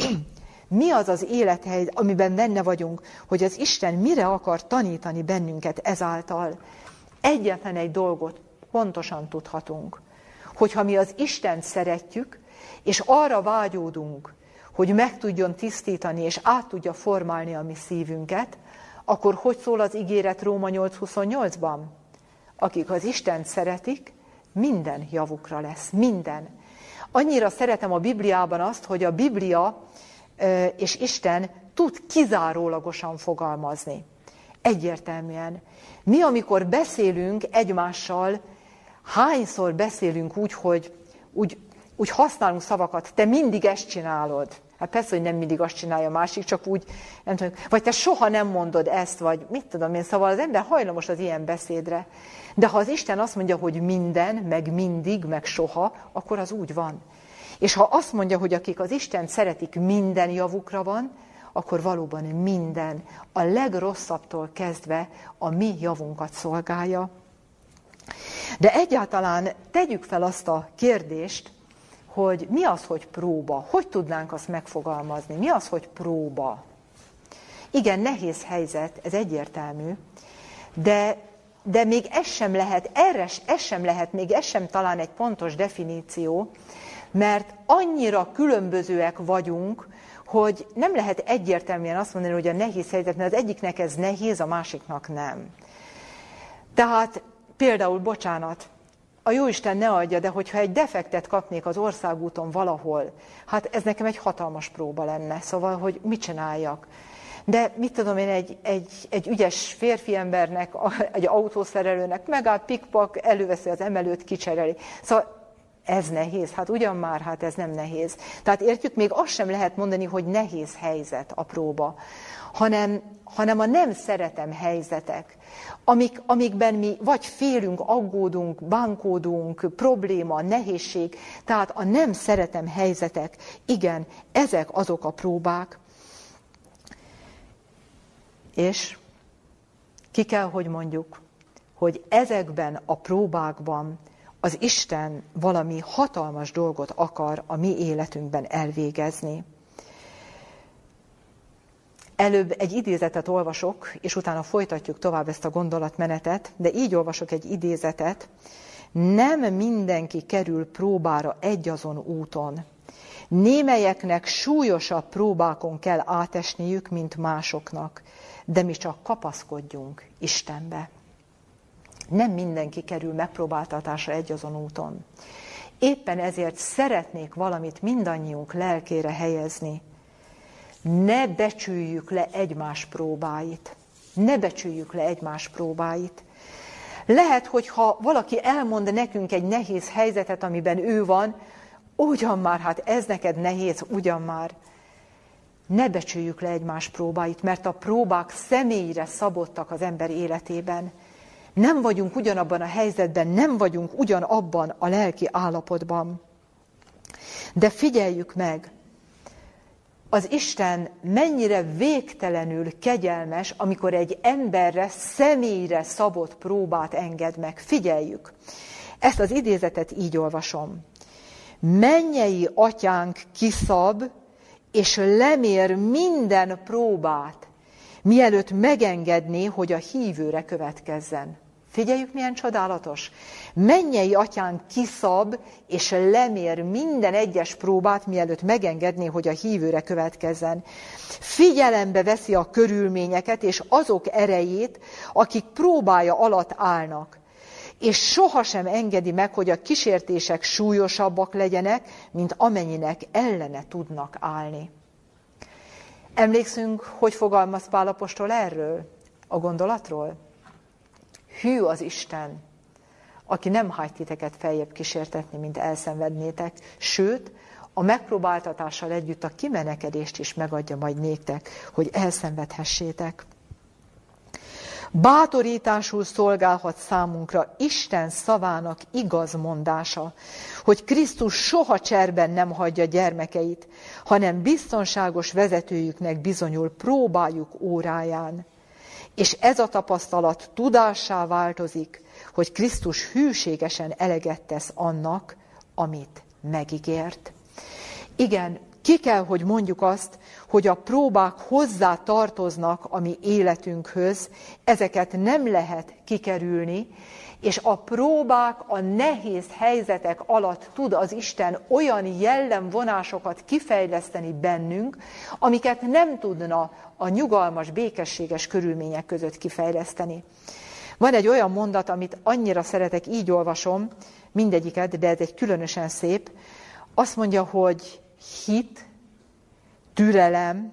mi az az élethely, amiben benne vagyunk, hogy az Isten mire akar tanítani bennünket ezáltal. Egyetlen egy dolgot pontosan tudhatunk, hogyha mi az Istent szeretjük, és arra vágyódunk, hogy meg tudjon tisztítani, és át tudja formálni a mi szívünket, akkor hogy szól az ígéret Róma 8:28-ban? Akik az Istent szeretik, minden javukra lesz, minden. Annyira szeretem a Bibliában azt, hogy a Biblia és Isten tud kizárólagosan fogalmazni. Egyértelműen. Mi, amikor beszélünk egymással, hányszor beszélünk úgy használunk szavakat, te mindig ezt csinálod. Hát persze, hogy nem mindig azt csinálja a másik, csak úgy, nem tudom, vagy te soha nem mondod ezt, vagy mit tudom én, szóval az ember hajlamos az ilyen beszédre. De ha az Isten azt mondja, hogy minden, meg mindig, meg soha, akkor az úgy van. És ha azt mondja, hogy akik az Istent szeretik, minden javukra van, akkor valóban minden, a legrosszabbtól kezdve a mi javunkat szolgálja. De egyáltalán tegyük fel azt a kérdést, hogy mi az, hogy próba? Hogy tudnánk azt megfogalmazni? Mi az, hogy próba? Igen, nehéz helyzet, ez egyértelmű, de még ez sem lehet, még ez sem talán egy pontos definíció, mert annyira különbözőek vagyunk, hogy nem lehet egyértelműen azt mondani, hogy a nehéz helyzet, mert az egyiknek ez nehéz, a másiknak nem. Tehát például, bocsánat, a Jóisten ne adja, de hogyha egy defektet kapnék az országúton valahol, hát ez nekem egy hatalmas próba lenne, szóval, hogy mit csináljak. De mit tudom én, egy ügyes férfi embernek, egy autószerelőnek megáll, pikpak, előveszi az emelőt, kicsereli. Szóval ez nehéz, hát ugyan már, hát ez nem nehéz. Tehát értjük, még azt sem lehet mondani, hogy nehéz helyzet a próba, hanem a nem szeretem helyzetek, amikben mi vagy félünk, aggódunk, bánkódunk, probléma, nehézség, tehát a nem szeretem helyzetek, igen, ezek azok a próbák. És ki kell, hogy mondjuk, hogy ezekben a próbákban az Isten valami hatalmas dolgot akar a mi életünkben elvégezni. Előbb egy idézetet olvasok, és utána folytatjuk tovább ezt a gondolatmenetet, de így olvasok egy idézetet. Nem mindenki kerül próbára egyazon úton. Némelyeknek súlyosabb próbákon kell átesniük, mint másoknak, de mi csak kapaszkodjunk Istenbe. Nem mindenki kerül megpróbáltatásra egyazon úton. Éppen ezért szeretnék valamit mindannyiunk lelkére helyezni. Ne becsüljük le egymás próbáit. Ne becsüljük le egymás próbáit. Lehet, hogyha valaki elmond nekünk egy nehéz helyzetet, amiben ő van, ugyan már, hát ez neked nehéz, ugyan már. Ne becsüljük le egymás próbáit, mert a próbák személyre szabottak az ember életében. Nem vagyunk ugyanabban a helyzetben, nem vagyunk ugyanabban a lelki állapotban. De figyeljük meg, az Isten mennyire végtelenül kegyelmes, amikor egy emberre, személyre szabott próbát enged meg. Figyeljük! Ezt az idézetet így olvasom. Mennyei atyánk kiszab és lemér minden próbát, mielőtt megengedné, hogy a hívőre következzen. Figyeljük, milyen csodálatos. Mennyei atyánk kiszab és lemér minden egyes próbát, mielőtt megengedné, hogy a hívőre következzen. Figyelembe veszi a körülményeket és azok erejét, akik próbája alatt állnak. És sohasem engedi meg, hogy a kísértések súlyosabbak legyenek, mint amennyinek ellene tudnak állni. Emlékszünk, hogy fogalmaz Pál apostol erről, a gondolatról? Hű az Isten, aki nem hagy titeket feljebb kísértetni, mint elszenvednétek, sőt, a megpróbáltatással együtt a kimenekedést is megadja majd néktek, hogy elszenvedhessétek. Bátorításul szolgálhat számunkra Isten szavának igazmondása, hogy Krisztus soha cserben nem hagyja gyermekeit, hanem biztonságos vezetőjüknek bizonyul próbájuk óráján. És ez a tapasztalat tudássá változik, hogy Krisztus hűségesen eleget tesz annak, amit megígért. Igen, ki kell, hogy mondjuk azt, hogy a próbák hozzá tartoznak a mi életünkhöz, ezeket nem lehet kikerülni, és a próbák, a nehéz helyzetek alatt tud az Isten olyan jellemvonásokat kifejleszteni bennünk, amiket nem tudna a nyugalmas, békességes körülmények között kifejleszteni. Van egy olyan mondat, amit annyira szeretek, így olvasom, mindegyiket, de ez egy különösen szép. Azt mondja, hogy hit, türelem,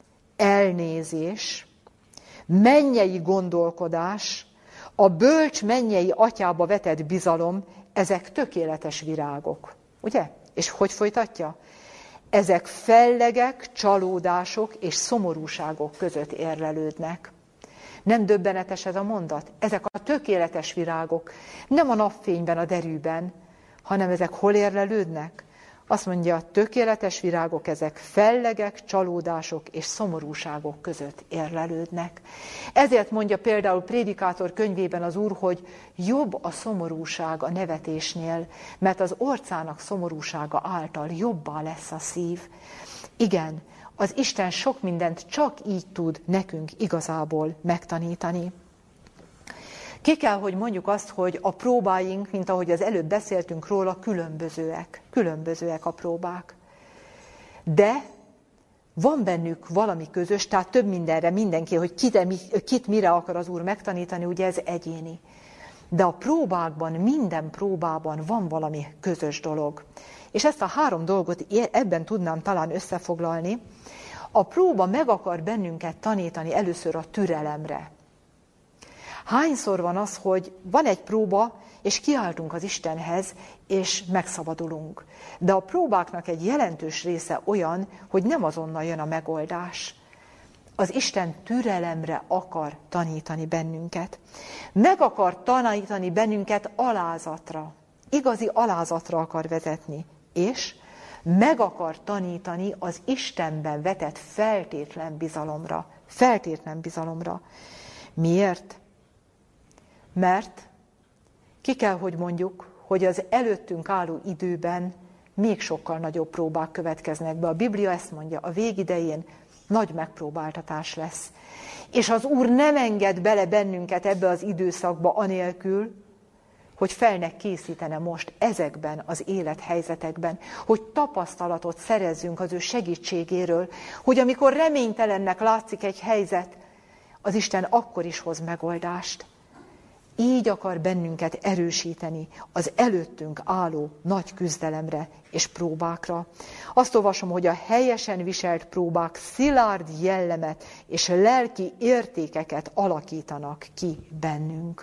elnézés, mennyei gondolkodás, a bölcs mennyei atyába vetett bizalom, ezek tökéletes virágok. Ugye? És hogy folytatja? Ezek fellegek, csalódások és szomorúságok között érlelődnek. Nem döbbenetes ez a mondat? Ezek a tökéletes virágok, nem a napfényben, a derűben, hanem ezek hol érlelődnek? Azt mondja, tökéletes virágok, ezek fellegek, csalódások és szomorúságok között érlelődnek. Ezért mondja például Prédikátor könyvében az Úr, hogy jobb a szomorúság a nevetésnél, mert az orcának szomorúsága által jobbá lesz a szív. Igen, az Isten sok mindent csak így tud nekünk igazából megtanítani. Ki kell, hogy mondjuk azt, hogy a próbáink, mint ahogy az előbb beszéltünk róla, különbözőek. Különbözőek a próbák. De van bennük valami közös, tehát több mindenre mindenki, hogy kit mire akar az Úr megtanítani, ugye ez egyéni. De a próbákban, minden próbában van valami közös dolog. És ezt a 3 dolgot ebben tudnám talán összefoglalni. A próba meg akar bennünket tanítani először a türelemre. Hányszor van az, hogy van egy próba, és kiáltunk az Istenhez, és megszabadulunk. De a próbáknak egy jelentős része olyan, hogy nem azonnal jön a megoldás. Az Isten türelemre akar tanítani bennünket. Meg akar tanítani bennünket alázatra. Igazi alázatra akar vezetni. És meg akar tanítani az Istenben vetett feltétlen bizalomra. Feltétlen bizalomra. Miért? Mert ki kell, hogy mondjuk, hogy az előttünk álló időben még sokkal nagyobb próbák következnek be. A Biblia ezt mondja, a végidején nagy megpróbáltatás lesz. És az Úr nem enged bele bennünket ebbe az időszakba anélkül, hogy fel ne készítene most ezekben az élethelyzetekben, hogy tapasztalatot szerezzünk az ő segítségéről, hogy amikor reménytelennek látszik egy helyzet, az Isten akkor is hoz megoldást. Így akar bennünket erősíteni az előttünk álló nagy küzdelemre és próbákra. Azt olvasom, hogy a helyesen viselt próbák szilárd jellemet és lelki értékeket alakítanak ki bennünk.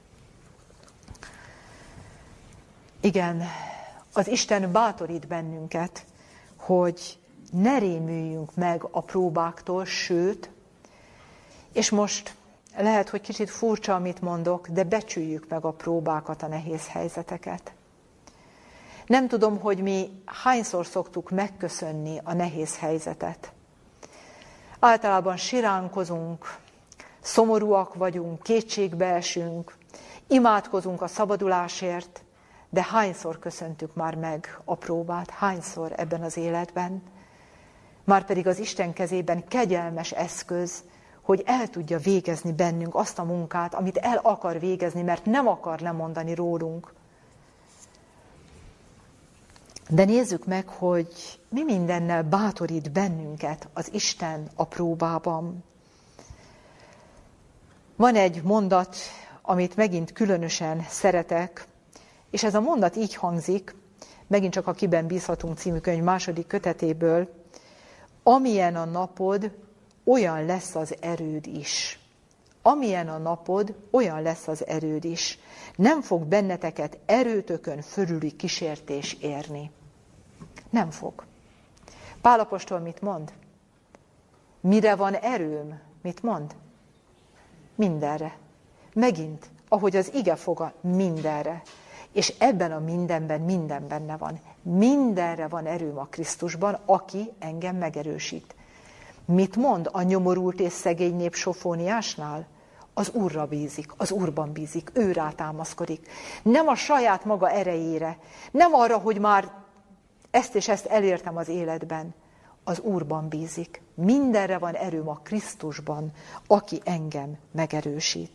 Igen, az Isten bátorít bennünket, hogy ne rémüljünk meg a próbáktól, sőt, és most lehet, hogy kicsit furcsa, amit mondok, de becsüljük meg a próbákat, a nehéz helyzeteket. Nem tudom, hogy mi hányszor szoktuk megköszönni a nehéz helyzetet. Általában siránkozunk, szomorúak vagyunk, kétségbe esünk, imádkozunk a szabadulásért, de hányszor köszöntük már meg a próbát, hányszor ebben az életben? Márpedig az Isten kezében kegyelmes eszköz, hogy el tudja végezni bennünk azt a munkát, amit el akar végezni, mert nem akar lemondani rólunk. De nézzük meg, hogy mi mindennel bátorít bennünket az Isten a próbában. Van egy mondat, amit megint különösen szeretek, és ez a mondat így hangzik, megint csak a Kiben bízhatunk című könyv 2. kötetéből, amilyen a napod, olyan lesz az erőd is. Amilyen a napod, olyan lesz az erőd is. Nem fog benneteket erőtökön fölüli kísértés érni. Nem fog. Pál apostol mit mond? Mire van erőm? Mit mond? Mindenre. Megint, ahogy az ige foga, mindenre. És ebben a mindenben minden benne van. Mindenre van erőm a Krisztusban, aki engem megerősít. Mit mond a nyomorult és szegény nép Sofóniásnál? Az Úrra bízik, az Úrban bízik, ő rátámaszkodik. Nem a saját maga erejére, nem arra, hogy már ezt és ezt elértem az életben. Az Úrban bízik. Mindenre van erőm a Krisztusban, aki engem megerősít.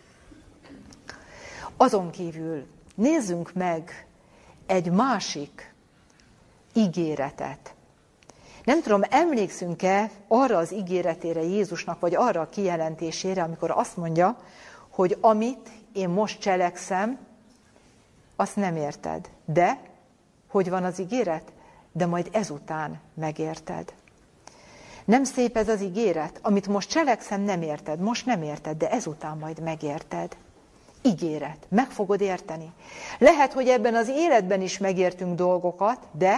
Azon kívül nézzünk meg egy másik ígéretet. Nem tudom, emlékszünk-e arra az ígéretére Jézusnak, vagy arra a kijelentésére, amikor azt mondja, hogy amit én most cselekszem, azt nem érted. De, hogy van az ígéret? De majd ezután megérted. Nem szép ez az ígéret? Amit most cselekszem, nem érted. Most nem érted, de ezután majd megérted. Ígéret. Meg fogod érteni. Lehet, hogy ebben az életben is megértünk dolgokat, de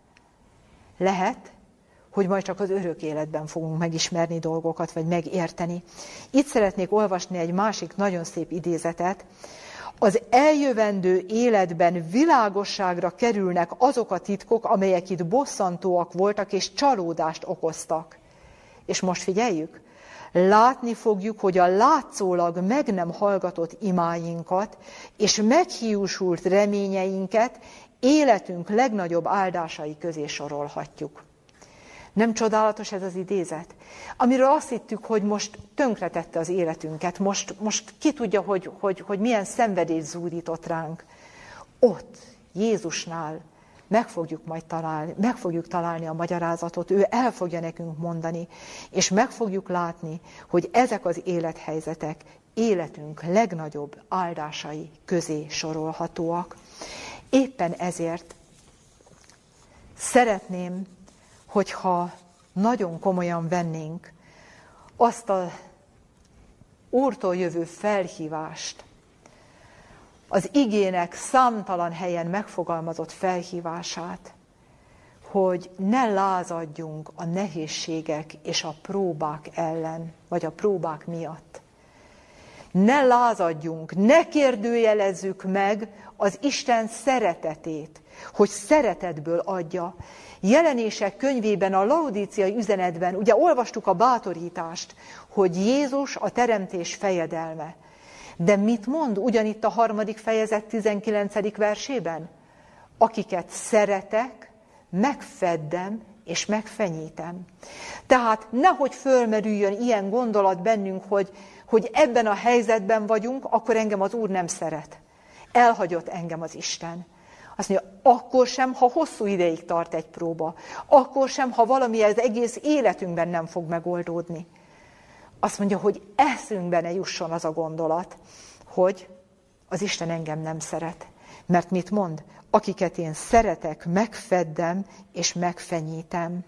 lehet, hogy majd csak az örök életben fogunk megismerni dolgokat, vagy megérteni. Itt szeretnék olvasni egy másik nagyon szép idézetet. Az eljövendő életben világosságra kerülnek azok a titkok, amelyek itt bosszantóak voltak, és csalódást okoztak. És most figyeljük, látni fogjuk, hogy a látszólag meg nem hallgatott imáinkat, és meghiúsult reményeinket életünk legnagyobb áldásai közé sorolhatjuk. Nem csodálatos ez az idézet? Amiről azt hittük, hogy most tönkretette az életünket, most ki tudja, hogy milyen szenvedés zúdított ránk. Ott, Jézusnál meg fogjuk találni a magyarázatot, ő el fogja nekünk mondani, és meg fogjuk látni, hogy ezek az élethelyzetek életünk legnagyobb áldásai közé sorolhatóak. Éppen ezért szeretném, hogyha nagyon komolyan vennénk azt az Úrtól jövő felhívást, az igének számtalan helyen megfogalmazott felhívását, hogy ne lázadjunk a nehézségek és a próbák ellen, vagy a próbák miatt. Ne lázadjunk, ne kérdőjelezzük meg az Isten szeretetét, hogy szeretetből adja. Jelenések könyvében, a laudíciai üzenetben, ugye olvastuk a bátorítást, hogy Jézus a teremtés fejedelme. De mit mond ugyanitt a 3. fejezet 19. versében? Akiket szeretek, megfeddem és megfenyítem. Tehát nehogy fölmerüljön ilyen gondolat bennünk, hogy ebben a helyzetben vagyunk, akkor engem az Úr nem szeret. Elhagyott engem az Isten. Azt mondja, akkor sem, ha hosszú ideig tart egy próba. Akkor sem, ha valami az egész életünkben nem fog megoldódni. Azt mondja, hogy eszünkbe ne jusson az a gondolat, hogy az Isten engem nem szeret. Mert mit mond? Akiket én szeretek, megfeddem és megfenyítem.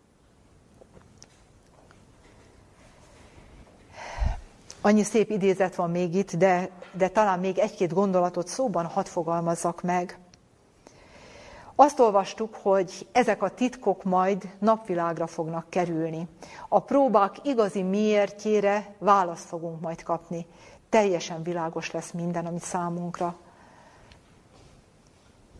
Annyi szép idézet van még itt, de talán még egy-két gondolatot szóban hadd fogalmazzak meg. Azt olvastuk, hogy ezek a titkok majd napvilágra fognak kerülni. A próbák igazi miértjére választ fogunk majd kapni. Teljesen világos lesz minden, amit számunkra.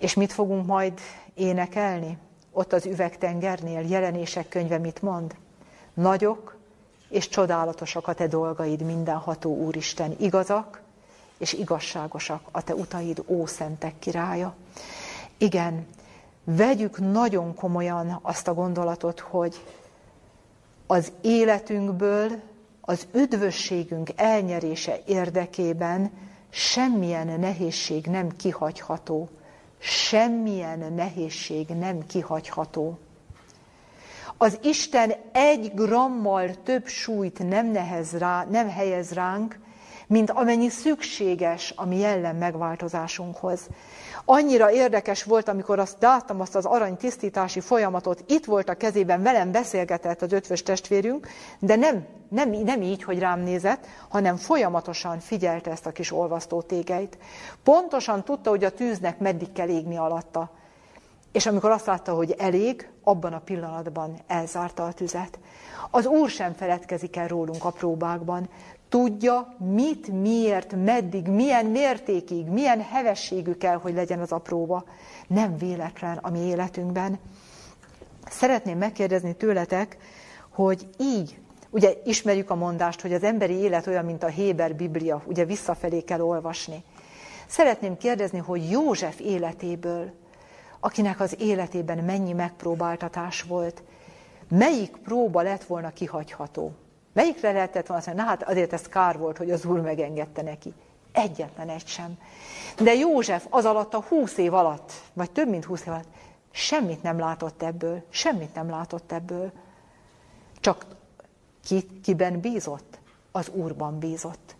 És mit fogunk majd énekelni? Ott az üvegtengernél, Jelenések könyve mit mond? Nagyok és csodálatosak a te dolgaid, mindenható Úristen, igazak és igazságosak a te utaid, ó szentek királya. Igen, vegyük nagyon komolyan azt a gondolatot, hogy az életünkből az üdvösségünk elnyerése érdekében semmilyen nehézség nem kihagyható. Semmilyen nehézség nem kihagyható. Az Isten 1 grammal több súlyt nem helyez ránk, mint amennyi szükséges a mi jellem megváltozásunkhoz. Annyira érdekes volt, amikor láttam azt az aranytisztítási folyamatot, itt volt a kezében, velem beszélgetett az ötvös testvérünk, de nem így, hogy rám nézett, hanem folyamatosan figyelte ezt a kis olvasztó tégeit. Pontosan tudta, hogy a tűznek meddig kell égni alatta. És amikor azt látta, hogy elég, abban a pillanatban elzárta a tüzet. Az Úr sem feledkezik el rólunk a próbákban. Tudja, mit, miért, meddig, milyen mértékig, milyen hevességű kell, hogy legyen az a próba. Nem véletlen a mi életünkben. Szeretném megkérdezni tőletek, hogy így, ugye ismerjük a mondást, hogy az emberi élet olyan, mint a Héber Biblia, ugye visszafelé kell olvasni. Szeretném kérdezni, hogy József életéből, akinek az életében mennyi megpróbáltatás volt, melyik próba lett volna kihagyható? Melyikre lehetett volna azt mondani, na hát azért ez kár volt, hogy az Úr megengedte neki. Egyetlen egy sem. De József az alatt a 20 év alatt, vagy több mint 20 év alatt, semmit nem látott ebből, semmit nem látott ebből. Csak kiben bízott? Az Úrban bízott.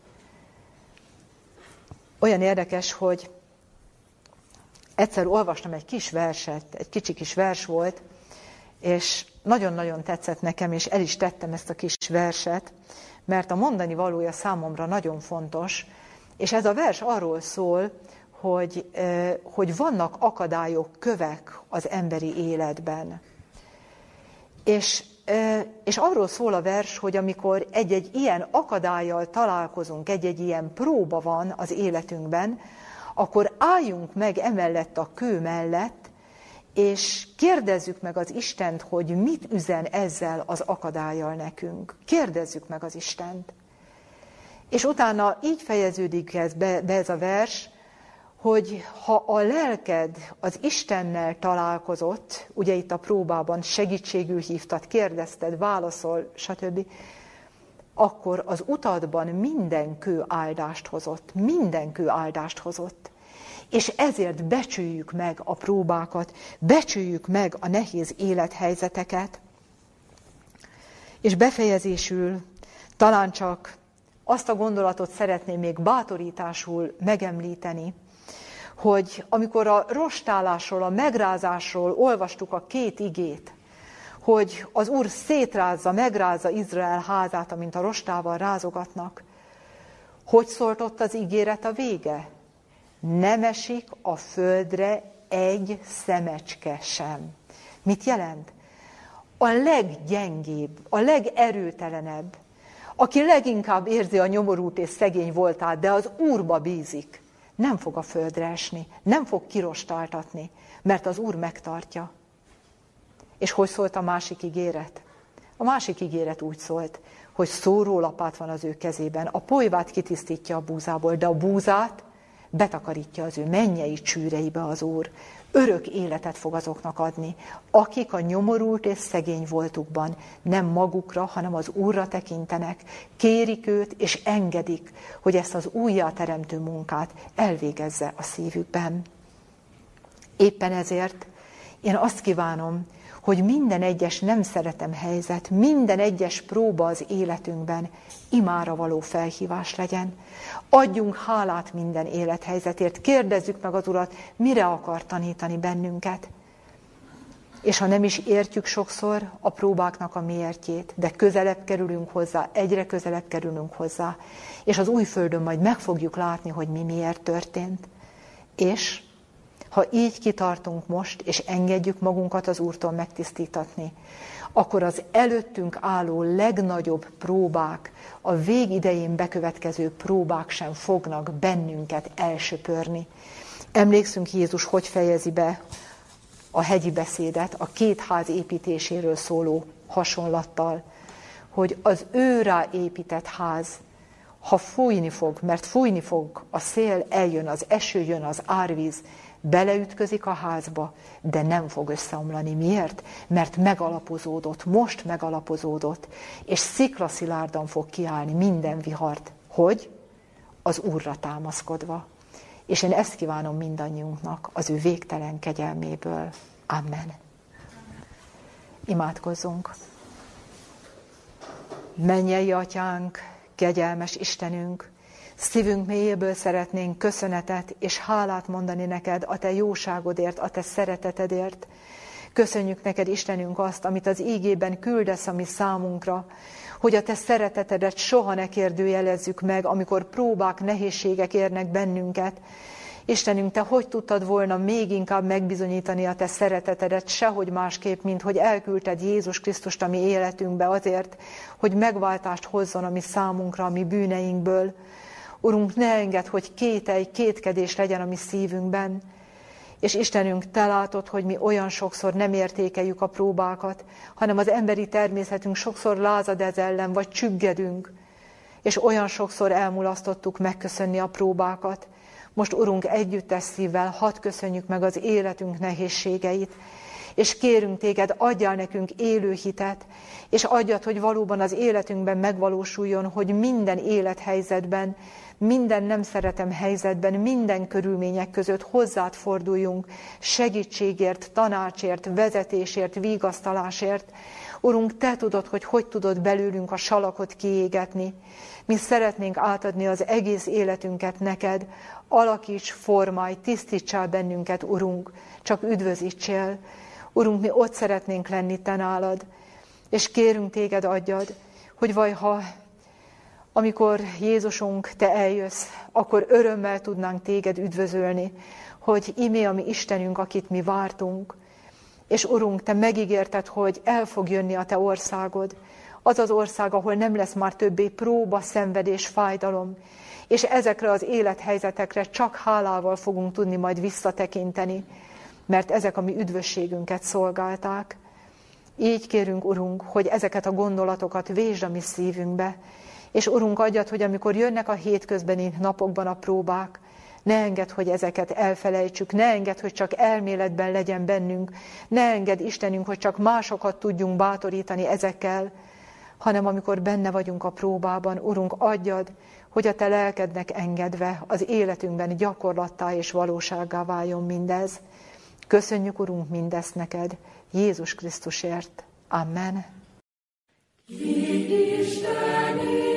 Olyan érdekes, hogy egyszer olvastam egy kis verset, egy kicsi kis vers volt, és nagyon-nagyon tetszett nekem, és el is tettem ezt a kis verset, mert a mondani valója számomra nagyon fontos, és ez a vers arról szól, hogy vannak akadályok, kövek az emberi életben. És arról szól a vers, hogy amikor egy-egy ilyen akadállyal találkozunk, egy-egy ilyen próba van az életünkben, akkor álljunk meg emellett a kő mellett, és kérdezzük meg az Istent, hogy mit üzen ezzel az akadállyal nekünk. Kérdezzük meg az Istent. És utána így fejeződik be ez a vers, hogy ha a lelked az Istennel találkozott, ugye itt a próbában segítségül hívtad, kérdezted, válaszol, stb., akkor az utadban minden kő áldást hozott. Minden kő áldást hozott. És ezért becsüljük meg a próbákat, becsüljük meg a nehéz élethelyzeteket. És befejezésül talán csak azt a gondolatot szeretném még bátorításul megemlíteni, hogy amikor a rostálásról, a megrázásról olvastuk a 2 igét, hogy az Úr szétrázza, megrázza Izrael házát, amint a rostával rázogatnak, hogy szólt ott az ígéret a vége? Nem esik a földre egy szemecske sem. Mit jelent? A leggyengébb, a legerőtelenebb, aki leginkább érzi a nyomorult és szegény voltát, de az Úrba bízik, nem fog a földre esni, nem fog kirostáltatni, mert az Úr megtartja. És hogy szólt a másik ígéret? A másik ígéret úgy szólt, hogy szórólapát van az ő kezében, a polyvát kitisztítja a búzából, de a búzát betakarítja az ő mennyei csűreibe az Úr. Örök életet fog azoknak adni, akik a nyomorult és szegény voltukban nem magukra, hanem az Úrra tekintenek, kérik őt és engedik, hogy ezt az újjáteremtő munkát elvégezze a szívükben. Éppen ezért én azt kívánom, hogy minden egyes nem szeretem helyzet, minden egyes próba az életünkben imára való felhívás legyen. Adjunk hálát minden élethelyzetért, kérdezzük meg az Urat, mire akar tanítani bennünket. És ha nem is értjük sokszor a próbáknak a miértjét, de közelebb kerülünk hozzá, egyre közelebb kerülünk hozzá, és az új földön majd meg fogjuk látni, hogy mi miért történt. És ha így kitartunk most, és engedjük magunkat az Úrtól megtisztítatni, akkor az előttünk álló legnagyobb próbák, a vég idején bekövetkező próbák sem fognak bennünket elsöpörni. Emlékszünk, Jézus hogy fejezi be a hegyi beszédet a 2 ház építéséről szóló hasonlattal, hogy az ő rá épített ház, ha fújni fog, mert fújni fog a szél, eljön az eső, jön az árvíz, beleütközik a házba, de nem fog összeomlani. Miért? Mert megalapozódott, most megalapozódott, és sziklaszilárdan fog kiállni minden vihart. Hogy? Az Úrra támaszkodva. És én ezt kívánom mindannyiunknak az ő végtelen kegyelméből. Amen. Imádkozzunk. Mennyei Atyánk, kegyelmes Istenünk, szívünk mélyéből szeretnénk köszönetet és hálát mondani neked a te jóságodért, a te szeretetedért. Köszönjük neked, Istenünk, azt, amit az ígében küldesz a mi számunkra, hogy a te szeretetedet soha ne kérdőjelezzük meg, amikor próbák, nehézségek érnek bennünket. Istenünk, te hogy tudtad volna még inkább megbizonyítani a te szeretetedet, sehogy másképp, mint hogy elküldted Jézus Krisztust a mi életünkbe azért, hogy megváltást hozzon a mi számunkra, a mi bűneinkből. Urunk, ne engedd, hogy kételj, kétkedés legyen a mi szívünkben. És Istenünk, te látod, hogy mi olyan sokszor nem értékeljük a próbákat, hanem az emberi természetünk sokszor lázad ez ellen, vagy csüggedünk. És olyan sokszor elmulasztottuk megköszönni a próbákat. Most, Urunk, együttes szívvel hadd köszönjük meg az életünk nehézségeit, és kérünk téged, adjál nekünk élő hitet, és adjad, hogy valóban az életünkben megvalósuljon, hogy minden élethelyzetben, minden nem szeretem helyzetben, minden körülmények között hozzád forduljunk segítségért, tanácsért, vezetésért, vigasztalásért. Urunk, te tudod, hogy tudod belőlünk a salakot kiégetni. Mi szeretnénk átadni az egész életünket neked. Alakíts, formálj, tisztítsál bennünket, Urunk, csak üdvözítsél. Urunk, mi ott szeretnénk lenni te nálad, és kérünk téged, adjad, hogy ha amikor Jézusunk, te eljössz, akkor örömmel tudnánk téged üdvözölni, hogy imé a mi Istenünk, akit mi vártunk. És Urunk, te megígérted, hogy el fog jönni a te országod, az az ország, ahol nem lesz már többé próba, szenvedés, fájdalom, és ezekre az élethelyzetekre csak hálával fogunk tudni majd visszatekinteni, mert ezek a mi üdvösségünket szolgálták. Így kérünk, Urunk, hogy ezeket a gondolatokat vésd a mi szívünkbe, és Urunk, adjad, hogy amikor jönnek a hétköznapokban napokban a próbák, ne engedd, hogy ezeket elfelejtsük, ne engedd, hogy csak elméletben legyen bennünk, ne engedd, Istenünk, hogy csak másokat tudjunk bátorítani ezekkel, hanem amikor benne vagyunk a próbában, Urunk, adjad, hogy a te lelkednek engedve az életünkben gyakorlattá és valósággá váljon mindez. Köszönjük, Urunk, mindezt neked, Jézus Krisztusért. Amen.